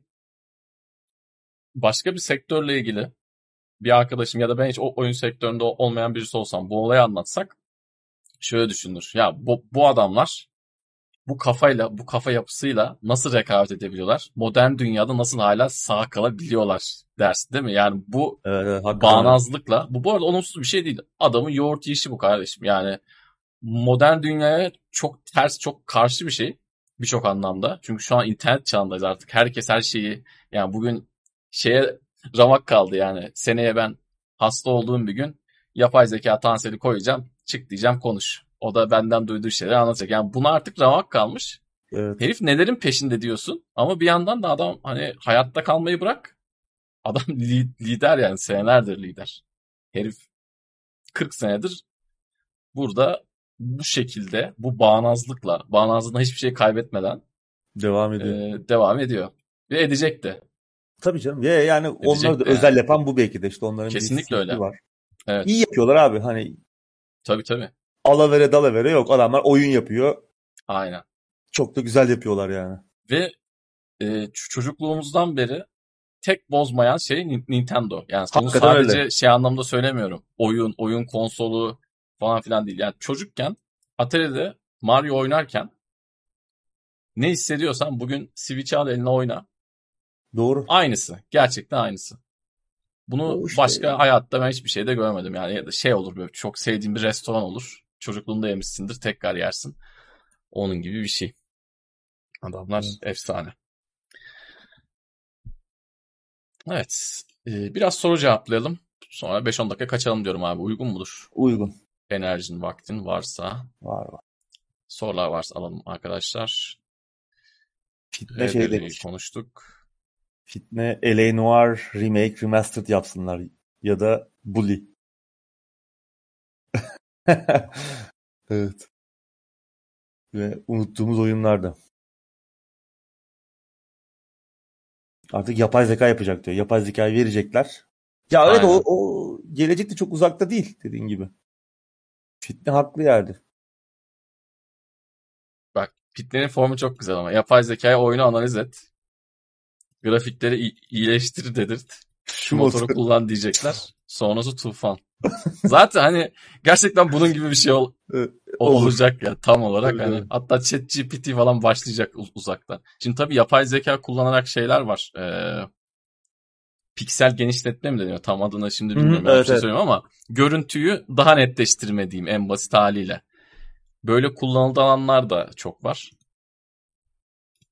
başka bir sektörle ilgili bir arkadaşım ya da ben hiç o oyun sektöründe olmayan birisi olsam bu olayı anlatsak şöyle düşünür. Ya bu, bu adamlar bu kafayla, bu kafa yapısıyla nasıl rekabet edebiliyorlar? Modern dünyada nasıl hala sağ kalabiliyorlar dersin, değil mi? Yani bu Evet, evet, hakikaten öyle. bağnazlıkla, bu bu arada olumsuz bir şey değil. Adamın yoğurt yiyişi bu kardeşim. Yani modern dünyaya çok ters, çok karşı bir şey birçok anlamda. Çünkü şu an internet çağındayız artık. Herkes her şeyi, yani bugün şeye ramak kaldı yani. Seneye ben hasta olduğum bir gün yapay zeka tanseli koyacağım. Çık diyeceğim, konuş. O da benden duyduğu şeyleri anlatacak. Yani buna artık ramak kalmış. Evet. Herif nelerin peşinde diyorsun ama bir yandan da adam hani hayatta kalmayı bırak. Adam li- lider, yani senelerdir lider. Herif kırk senedir burada bu şekilde, bu bağnazlıkla, bağnazlığına hiçbir şey kaybetmeden Devam e, ediyor. devam ediyor. Ve edecek de. Tabii canım. Ya yani onları Edecek da de yani. özel yapan bu belki de işte onların bir Kesinlikle stili öyle. var. İyi Evet. yapıyorlar abi. Hani Tabii tabii. alavere dalavere yok. Adamlar oyun yapıyor. Aynen. Çok da güzel yapıyorlar yani. Ve e, ç- çocukluğumuzdan beri tek bozmayan şey Nin- Nintendo. Yani bunu Hakikaten öyle. sadece şey anlamda söylemiyorum. Oyun, oyun konsolu falan filan değil. Yani çocukken Atari'de Mario oynarken ne hissediyorsan bugün Switch'i al eline oyna. Doğru. Aynısı. Gerçekten aynısı. Bunu O işte başka hayatta ben hiçbir şeyde görmedim. Yani ya da şey olur, böyle çok sevdiğim bir restoran olur. Çocukluğunda yemişsindir, tekrar yersin. Onun gibi bir şey. Adamlar evet, efsane. Evet. e, biraz soru cevaplayalım. Sonra beş on dakika kaçalım diyorum abi. Uygun mudur? uygun. Enerjin, vaktin varsa. Var var. Sorular varsa alalım arkadaşlar. Fitne şey R D R'yi demiş. konuştuk. Fitne L A. Noir remake remastered yapsınlar. Ya da Bully. Evet. Ve unuttuğumuz oyunlarda. Artık yapay zeka yapacak diyor. Yapay zekayı verecekler. Ya evet, o, Aynen. o gelecekte çok uzakta değil dediğin gibi. Fitne haklı yerde. Bak, Fitne'nin formu çok güzel ama. Yapay zekaya oyunu analiz et. Grafikleri i- iyileştir dedirt. Şu Şu motoru motor. kullan diyecekler. Sonrası tufan. Zaten hani gerçekten bunun gibi bir şey ol- Evet, o- olur. olacak ya tam olarak, Tabii hani tabii. hatta ChatGPT falan başlayacak uz- uzaktan. Şimdi tabii yapay zeka kullanarak şeyler var. Ee, piksel genişletme mi deniyor? Tam adını şimdi Hı hı, bilmiyorum. Yanlış bir evet şey evet. söyleyeyim ama görüntüyü daha netleştirme diyeyim en basit haliyle. Böyle kullanılan alanlar da çok var.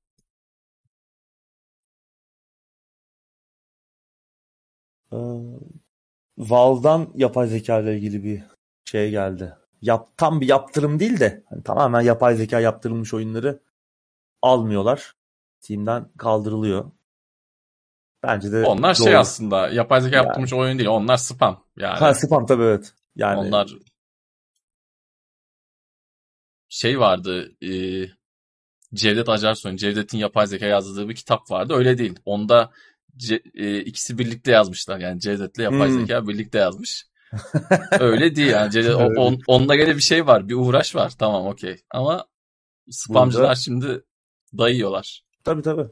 Ee, Valve'dan yapay zeka ile ilgili bir şey geldi. Yap, tam bir yaptırım değil de hani tamamen yapay zeka yaptırılmış oyunları almıyorlar. Steam'den kaldırılıyor. Bence de Onlar şey doğru. aslında yapay zeka Yani. yaptırmış oyun değil. Onlar spam. Ha Yani spam tabii evet. Yani onlar şey vardı. E, Cevdet Acarsoy'un, Cevdet'in yapay zeka yazdığı bir kitap vardı. Öyle değil. Onda Ce- e, ikisi birlikte yazmışlar. Yani Cevdet'le yapay hmm. zeka birlikte yazmış. Öyle değil yani. Cevdet, o- Evet. on, onunla göre bir şey var. Bir uğraş var. Tamam okey. Ama spamcılar Burada şimdi dayıyorlar. tabii tabii.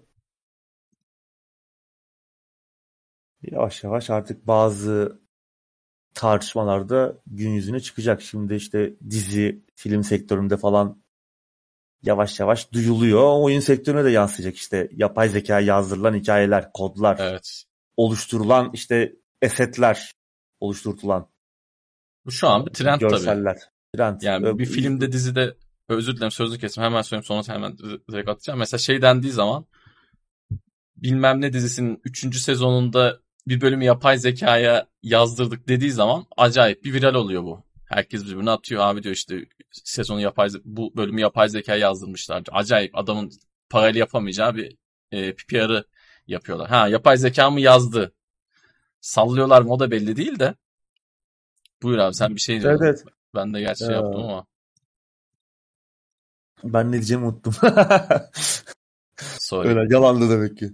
Yavaş yavaş artık bazı tartışmalarda gün yüzüne çıkacak. Şimdi işte dizi, film sektöründe falan yavaş yavaş duyuluyor. Oyun sektörüne de yansıyacak işte yapay zeka yazdırılan hikayeler, kodlar, Evet. oluşturulan işte esetler, oluşturulan Bu şu e, an bir trend tabii. görseller. Trend. E, Yani bir filmde, dizide, özür dilerim sözlü kesim, hemen söyleyeyim sonra hemen direkt atacağım. Mesela şey dendiği zaman, bilmem ne dizisinin üçüncü sezonunda bir bölümü yapay zekaya yazdırdık dediği zaman acayip bir viral oluyor bu. Herkes birbirine atıyor. Abi diyor işte sezonu yapay bu bölümü yapay zekaya yazdırmışlar. Acayip, adamın parayla yapamayacağı bir e, P R'ı yapıyorlar. Ha, yapay zeka mı yazdı? Sallıyorlar mı o da belli değil de. Buyur abi, sen bir şey Evet, diyordun. evet. Ben de gerçi E, şey yaptım ama ben ne diyeceğimi unuttum. sorry. Öyle yalandı demek ki.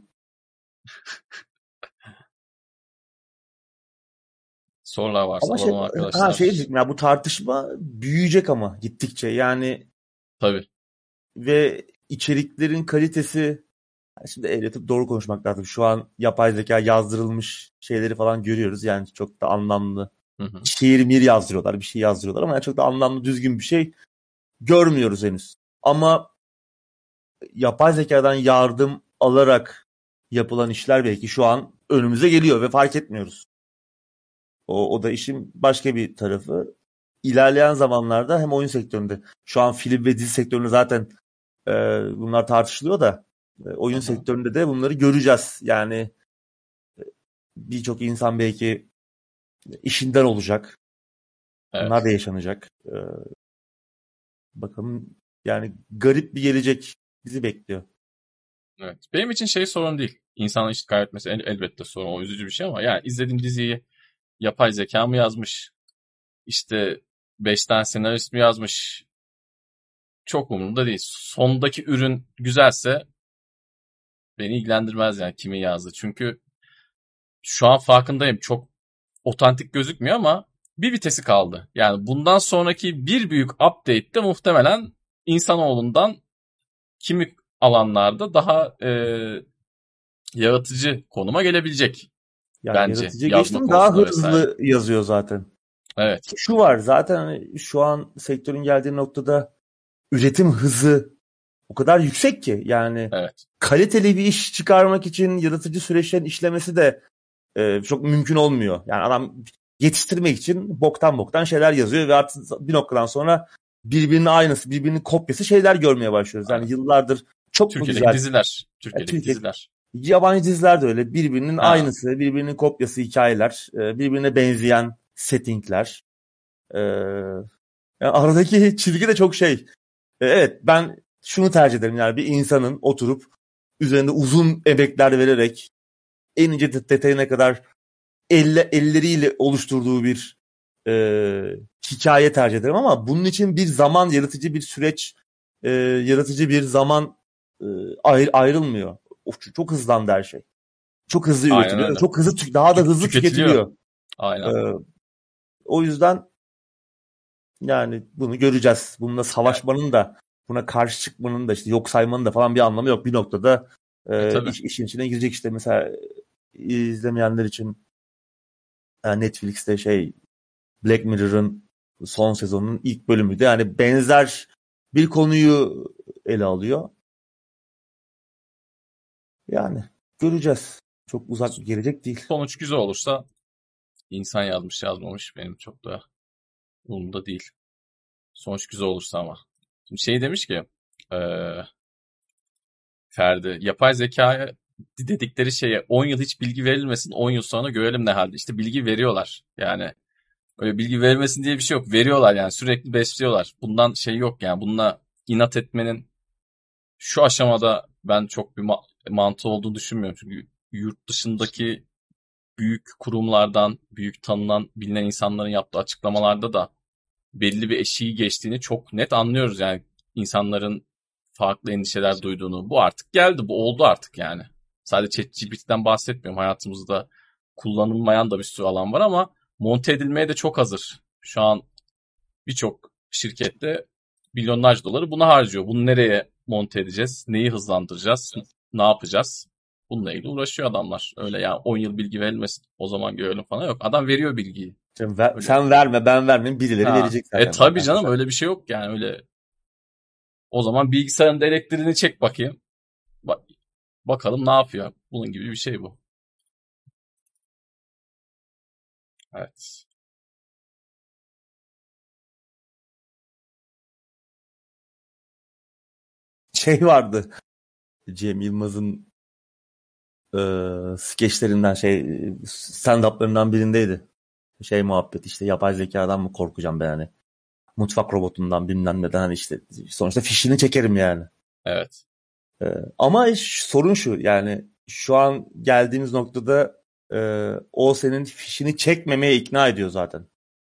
Sorular varsa Ama şey, alalım ha şey arkadaşlar. diyecektim ya bu tartışma büyüyecek ama gittikçe yani Tabii. ve içeriklerin kalitesi yani şimdi eğretip doğru konuşmak lazım. Şu an yapay zeka yazdırılmış şeyleri falan görüyoruz. Yani çok da anlamlı. Hı hı. Şiir mir yazdırıyorlar, bir şey yazdırıyorlar ama yani çok da anlamlı düzgün bir şey görmüyoruz henüz. Ama yapay zekadan yardım alarak yapılan işler belki şu an önümüze geliyor ve fark etmiyoruz. O, o da işin başka bir tarafı. İlerleyen zamanlarda hem oyun sektöründe şu an film ve dizi sektöründe zaten e, bunlar tartışılıyor da e, Hı oyun hı. sektöründe de bunları göreceğiz. Yani birçok insan belki işinden olacak. Bunlar Evet. da yaşanacak. E, bakalım yani garip bir gelecek bizi bekliyor. Evet. Benim için şey sorun değil. İnsanın eşit kaybetmesi el- elbette sorun. O üzücü bir şey ama yani izlediğim diziyi yapay zeka mı yazmış? İşte beş tane senarist mi yazmış? Çok umurumda değil. Sondaki ürün güzelse beni ilgilendirmez yani kimin yazdı. Çünkü şu an farkındayım. Çok otantik gözükmüyor ama bir vitesi kaldı. Yani bundan sonraki bir büyük update'te muhtemelen insanoğlundan kimi alanlarda daha e, yaratıcı konuma gelebilecek Yani bence yaratıcı yazma geçtim daha konusunda vesaire. hızlı yazıyor zaten. Evet, Şu var zaten hani şu an sektörün geldiği noktada üretim hızı o kadar yüksek ki yani evet. kaliteli bir iş çıkarmak için yaratıcı süreçlerin işlemesi de e, çok mümkün olmuyor. Yani adam yetiştirmek için boktan boktan şeyler yazıyor ve artık bir noktadan sonra birbirinin aynısı, birbirinin kopyası şeyler görmeye başlıyoruz. Yani Aynen. yıllardır çok mu Türkiye'deki güzel? diziler, E, Türkiye'deki Türkiye diziler. yabancı diziler de öyle. Birbirinin Ha, aynısı, birbirinin kopyası hikayeler, e, birbirine benzeyen settingler. E, yani aradaki çizgi de çok şey. E, evet ben şunu tercih ederim yani bir insanın oturup üzerinde uzun emekler vererek en ince det- detayına kadar elle, elleriyle oluşturduğu bir e, hikaye tercih ederim ama bunun için bir zaman yaratıcı bir süreç e, yaratıcı bir zaman e, ayr- ayrılmıyor. Of, çok hızlandı her şey. Çok hızlı aynen üretiliyor. öyle. Çok hızlı tü- daha da Tük- hızlı tüketiliyor. tüketiliyor. Aynen. Ee, o yüzden yani bunu göreceğiz. Bununla Yani, savaşmanın da buna karşı çıkmanın da işte yok saymanın da falan bir anlamı yok. Bir noktada e e, tabii. iş, işin içine girecek işte mesela e, izlemeyenler için e, Netflix'te şey Black Mirror'ın son sezonunun ilk bölümü de yani benzer bir konuyu ele alıyor. Yani göreceğiz. Çok uzak bir gelecek değil. Sonuç güzel olursa, insan yazmış yazmamış benim çok da umurumda değil. Sonuç güzel olursa ama. Şimdi şey demiş ki eee Ferdi, yapay zekaya dedikleri şeye on yıl hiç bilgi verilmesin, on yıl sonra görelim ne halde. İşte bilgi veriyorlar. Yani öyle bilgi verilmesin diye bir şey yok. Veriyorlar yani, sürekli besliyorlar. Bundan şey yok yani, bununla inat etmenin şu aşamada ben çok bir ma- mantığı olduğunu düşünmüyorum. Çünkü yurt dışındaki büyük kurumlardan, büyük tanınan, bilinen insanların yaptığı açıklamalarda da belli bir eşiği geçtiğini çok net anlıyoruz. Yani insanların farklı endişeler duyduğunu. Bu artık geldi, bu oldu artık yani. Sadece ChatGPT'den bahsetmiyorum. Hayatımızda kullanılmayan da bir sürü alan var ama monte edilmeye de çok hazır. Şu an birçok şirkette milyonlarca doları buna harcıyor. Bunu nereye monte edeceğiz? Neyi hızlandıracağız? Ne yapacağız? Bununla ilgili uğraşıyor adamlar. Öyle ya, on yıl bilgi verilmesin, o zaman görelim falan yok. Adam veriyor bilgiyi. Sen, ver- Öyle. sen verme ben vermeyeyim birileri Ha. verecek E zaten tabii zaten. canım, öyle bir şey yok yani, öyle. O zaman bilgisayarın da elektriğini çek bakayım. Bak, bakalım ne yapıyor. Bunun gibi bir şey bu. Evet. Şey vardı. Cem Yılmaz'ın e, skeçlerinden şey stand-up'larından birindeydi. Şey muhabbet işte yapay zekadan mı korkacağım ben hani. Mutfak robotundan bilmem neden hani işte sonuçta fişini çekerim yani. Evet. E, ama iş- sorun şu yani şu an geldiğimiz noktada e, o senin fişini çekmemeye ikna ediyor zaten.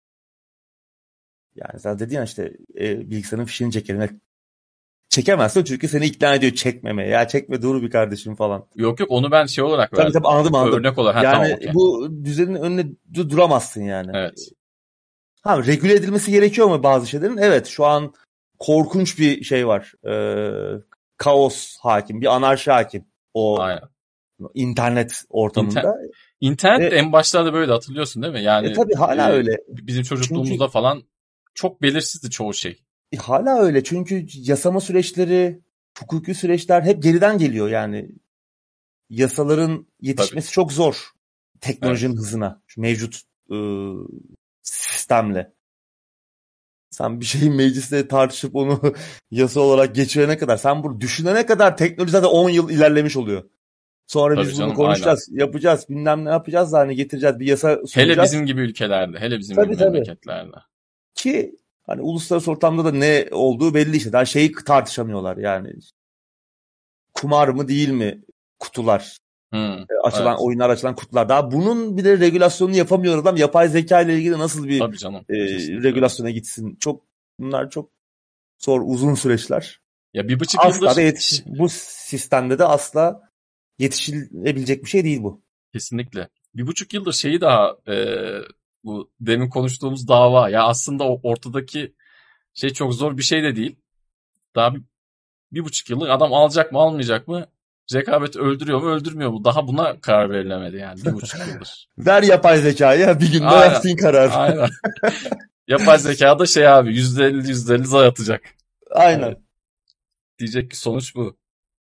Yani sen dedin ya işte e, bilgisayarın fişini çekerim. Çekemezsin çünkü seni ikna ediyor çekmemeye. Ya çekme dur bir kardeşim falan. Yok yok, onu ben şey olarak Tabii verdim. tabii anladım anladım. Örnek olarak. Ha, tamam, Yani okey. bu düzenin önüne du- duramazsın yani. Evet. Ha, regüle edilmesi gerekiyor mu bazı şeylerin? Evet, şu an korkunç bir şey var. Ee, kaos hakim, bir anarşi hakim o Aynen. internet İnter ortamında. İnternet E, de en başlarda böyle, hatırlıyorsun değil mi? e Yani tabii hala e, öyle. bizim Çünkü çocukluğumuzda falan çok belirsizdi çoğu şey. e, hala öyle. Çünkü yasama süreçleri, hukuki süreçler hep geriden geliyor yani. Yasaların Tabii. yetişmesi çok zor. Teknolojinin Evet. hızına. Şu mevcut ıı, sistemle. Sen bir şeyi mecliste tartışıp onu yasa olarak geçirene kadar, sen bunu düşünene kadar teknoloji zaten on yıl ilerlemiş oluyor. Sonra Tabii biz bunu canım, aynen. konuşacağız, yapacağız, bilmem ne yapacağız da hani getireceğiz, bir yasa Hele sunacağız. bizim gibi ülkelerde, hele bizim gibi Tabii tabii. memleketlerde. Ki hani uluslararası ortamda da ne olduğu belli işte. Daha şeyi tartışamıyorlar yani. Kumar mı değil mi kutular? Hı, E, Açılan evet. oyunlar, açılan kutular. Daha bunun bile regülasyonunu yapamıyor adam. Yapay zeka ile ilgili nasıl bir Tabii canım. e, Kesinlikle öyle. regülasyona gitsin? Çok bunlar çok zor, uzun süreçler. Ya bir buçuk Asla da yıldır yetiş ş- bu sistemde de asla yetişilebilecek bir şey değil bu. kesinlikle. Bir buçuk yıldır şeyi daha e, bu demin konuştuğumuz dava. Ya aslında o ortadaki şey çok zor bir şey de değil. Daha bir, bir buçuk yıllık adam alacak mı almayacak mı? Rekabet öldürüyor mu öldürmüyor mu? Daha buna karar verilemedi yani, bir buçuk yıldır. Ver yapay zekaya bir günde Aynen. versin karar. Aynen. Yapay zeka da şey abi, yüzde elli yüzde elli zay atacak. Evet. Aynen. Diyecek ki sonuç bu.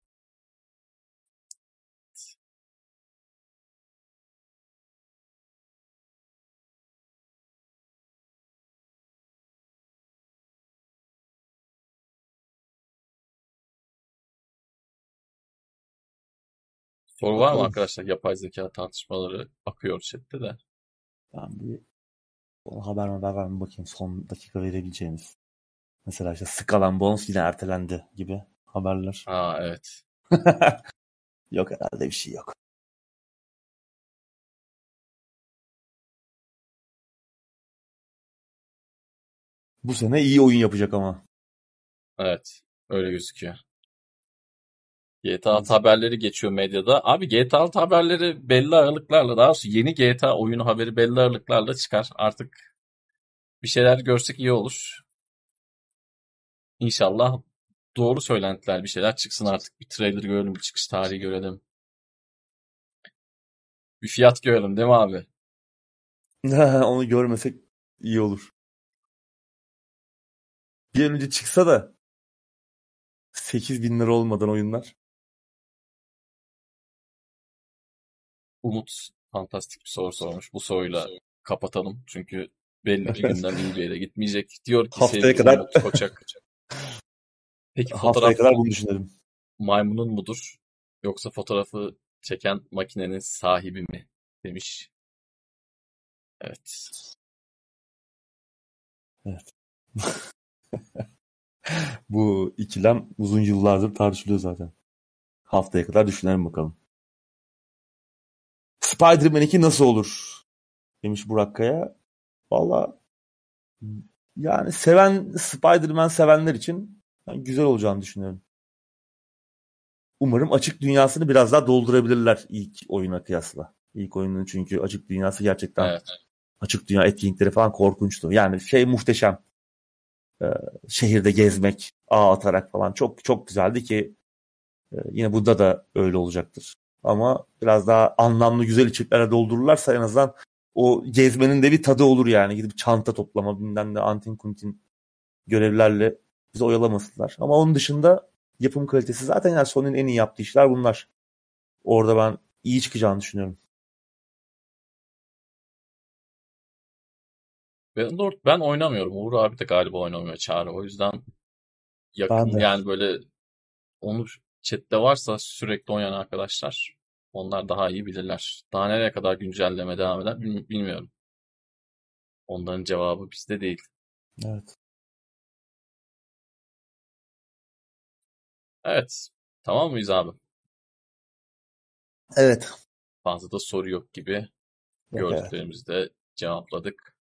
Soru var mı Bakalım. arkadaşlar? Yapay zeka tartışmaları akıyor chatte de. Ben bir ona haber haber var mı bakayım son dakika verebileceğimiz. Mesela işte Skull Bones yine ertelendi gibi haberler. Ha, evet. Yok herhalde bir şey yok. Bu sene iyi oyun yapacak ama. Evet. Öyle gözüküyor. G T A altı haberleri geçiyor medyada. Abi G T A altı haberleri belli aralıklarla, daha doğrusu yeni G T A oyunu haberi belli aralıklarla çıkar. Artık bir şeyler görsek iyi olur. İnşallah doğru söylentiler, bir şeyler çıksın artık. Bir trailer görelim, bir çıkış tarihi görelim. Bir fiyat görelim değil mi abi? Onu görmesek iyi olur. Bir an önce çıksa da sekiz bin lira olmadan oyunlar. Umut fantastik bir soru sormuş. Bu soruyla kapatalım. Çünkü belli ki gündem iyi bir yere gitmeyecek. Diyor ki Haftaya sevgili kadar Umut Koçak. Peki haftaya fotoğraf kadar bunu düşünelim. maymunun mudur? Yoksa fotoğrafı çeken makinenin sahibi mi? Demiş. Evet. Evet. Bu ikilem uzun yıllardır tartışılıyor zaten. Haftaya kadar düşünelim bakalım. Spider-Man iki nasıl olur? Demiş Burak Kaya. Valla yani seven Spider-Man sevenler için ben güzel olacağını düşünüyorum. Umarım açık dünyasını biraz daha doldurabilirler ilk oyuna kıyasla. İlk oyunun çünkü açık dünyası gerçekten Evet. açık dünya etkinlikleri falan korkunçtu. Yani şey muhteşem. Ee, şehirde gezmek, ağ atarak falan çok çok güzeldi ki e, yine burada da öyle olacaktır. Ama biraz daha anlamlı güzel içeriklerle doldururlarsa en azından o gezmenin de bir tadı olur yani. Gidip çanta toplama bilmem de antin kuntin görevlerle bizi oyalamasınlar. Ama onun dışında yapım kalitesi zaten yani Sony'nin en iyi yaptığı işler bunlar. Orada ben iyi çıkacağını düşünüyorum. Ben, ben oynamıyorum. Uğur abi de galiba oynamıyor Çağrı. O yüzden Ben yakın de. yani böyle onu chatte varsa sürekli oynayan arkadaşlar onlar daha iyi bilirler. Daha nereye kadar güncelleme devam eder bil- bilmiyorum. Onların cevabı bizde değil. Evet. Evet. Tamam mıyız abi? Evet. Fazla da soru yok gibi. Yok evet. Gördüklerimizi de cevapladık.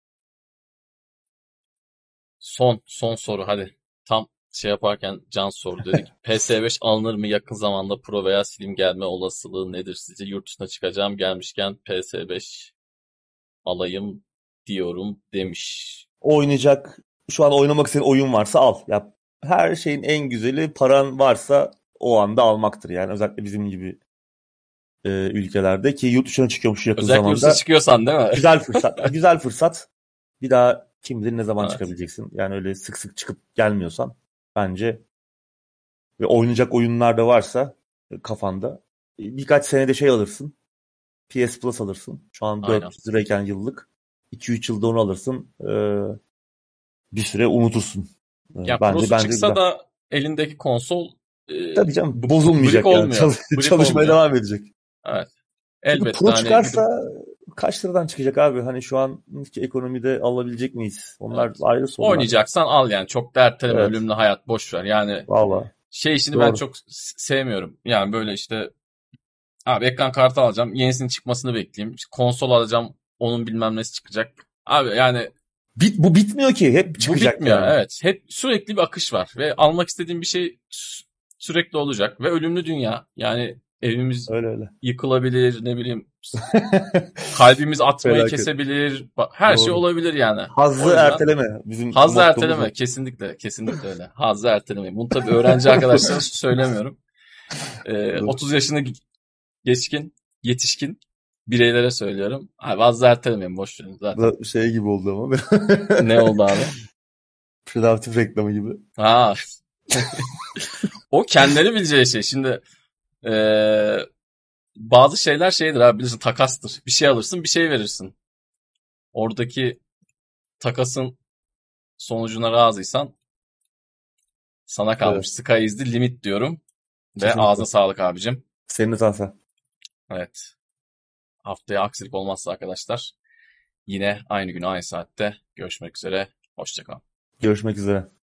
Son, son soru hadi. Tam şey yaparken Can soru dedik. P S beş alınır mı yakın zamanda Pro veya Slim gelme olasılığı nedir sizce? Yurt dışına çıkacağım gelmişken P S beş alayım diyorum demiş. Oynayacak şu an oynamak istediğin oyun varsa al. Ya her şeyin en güzeli paran varsa o anda almaktır yani özellikle bizim gibi e, ülkelerde ki yurt dışına çıkıyormuş yakın Özellikle yurt dışına zamanda. çıkıyorsan değil mi? Güzel fırsat. Ya güzel fırsat. Bir daha kim bilir ne zaman Evet. çıkabileceksin. Yani öyle sık sık çıkıp gelmiyorsan bence ve oynayacak oyunlar da varsa e, kafanda e, birkaç senede şey alırsın. P S Plus alırsın. Şu an Aynen. dört yüz lirayken yıllık. iki üç yılda onu alırsın. Ee, bir süre unutursun. Ee, Ya bence Pro'su bence çıksa güzel. da elindeki konsol e, Tabii canım b- b- brick bozulmayacak yani. olmuyor. Çal- Brick çalışmaya olmuyor. devam edecek. Evet. Çünkü Elbette Pro hani gidip çıkarsa kaç liradan çıkacak abi? Hani şu anki ekonomide alabilecek miyiz? Onlar evet. ayrı sorular ya. Oynayacaksan al yani. Çok da erteleme. Evet. Ölümlü hayat boş ver. Yani Valla. şey işini ben Doğru. çok s- sevmiyorum. Yani böyle işte abi ekran kartı alacağım. Yenisinin çıkmasını bekleyeyim. İşte konsol alacağım. Onun bilmem nesi çıkacak. Abi yani Bit, bu bitmiyor ki. Hep bu çıkacak bitmiyor. yani. Evet. Hep sürekli bir akış var. Ve almak istediğim bir şey sü- sürekli olacak. Ve ölümlü dünya. Yani evimiz Öyle öyle. yıkılabilir. Ne bileyim kalbimiz atmayı Felaket. kesebilir. Ba- Her şey Doğru. olabilir yani. O Hazzı yüzden erteleme. Bizim hazzı mottomuz erteleme. o. Kesinlikle. Kesinlikle öyle. Hazzı erteleme. Bunu tabii öğrenci arkadaşlara söylemiyorum. Ee, Dur. otuz yaşını geçkin, yetişkin bireylere söylüyorum. Abi hazzı ertelemeyin. Boş verin zaten. Bu şey gibi oldu ama. Ne oldu abi? Predatif reklamı gibi. Ha, o kendileri bileceği şey. Şimdi ee, bazı şeyler şeydir abi bilirsin takastır. Bir şey alırsın bir şey verirsin. Oradaki takasın sonucuna razıysan sana kalmış. Evet. Sky is the limit diyorum. Ve Kesinlikle. ağzına sağlık abicim. Senin de Tansa. Evet. Haftaya aksilik olmazsa arkadaşlar yine aynı gün aynı saatte görüşmek üzere. Hoşça kalın. Görüşmek üzere.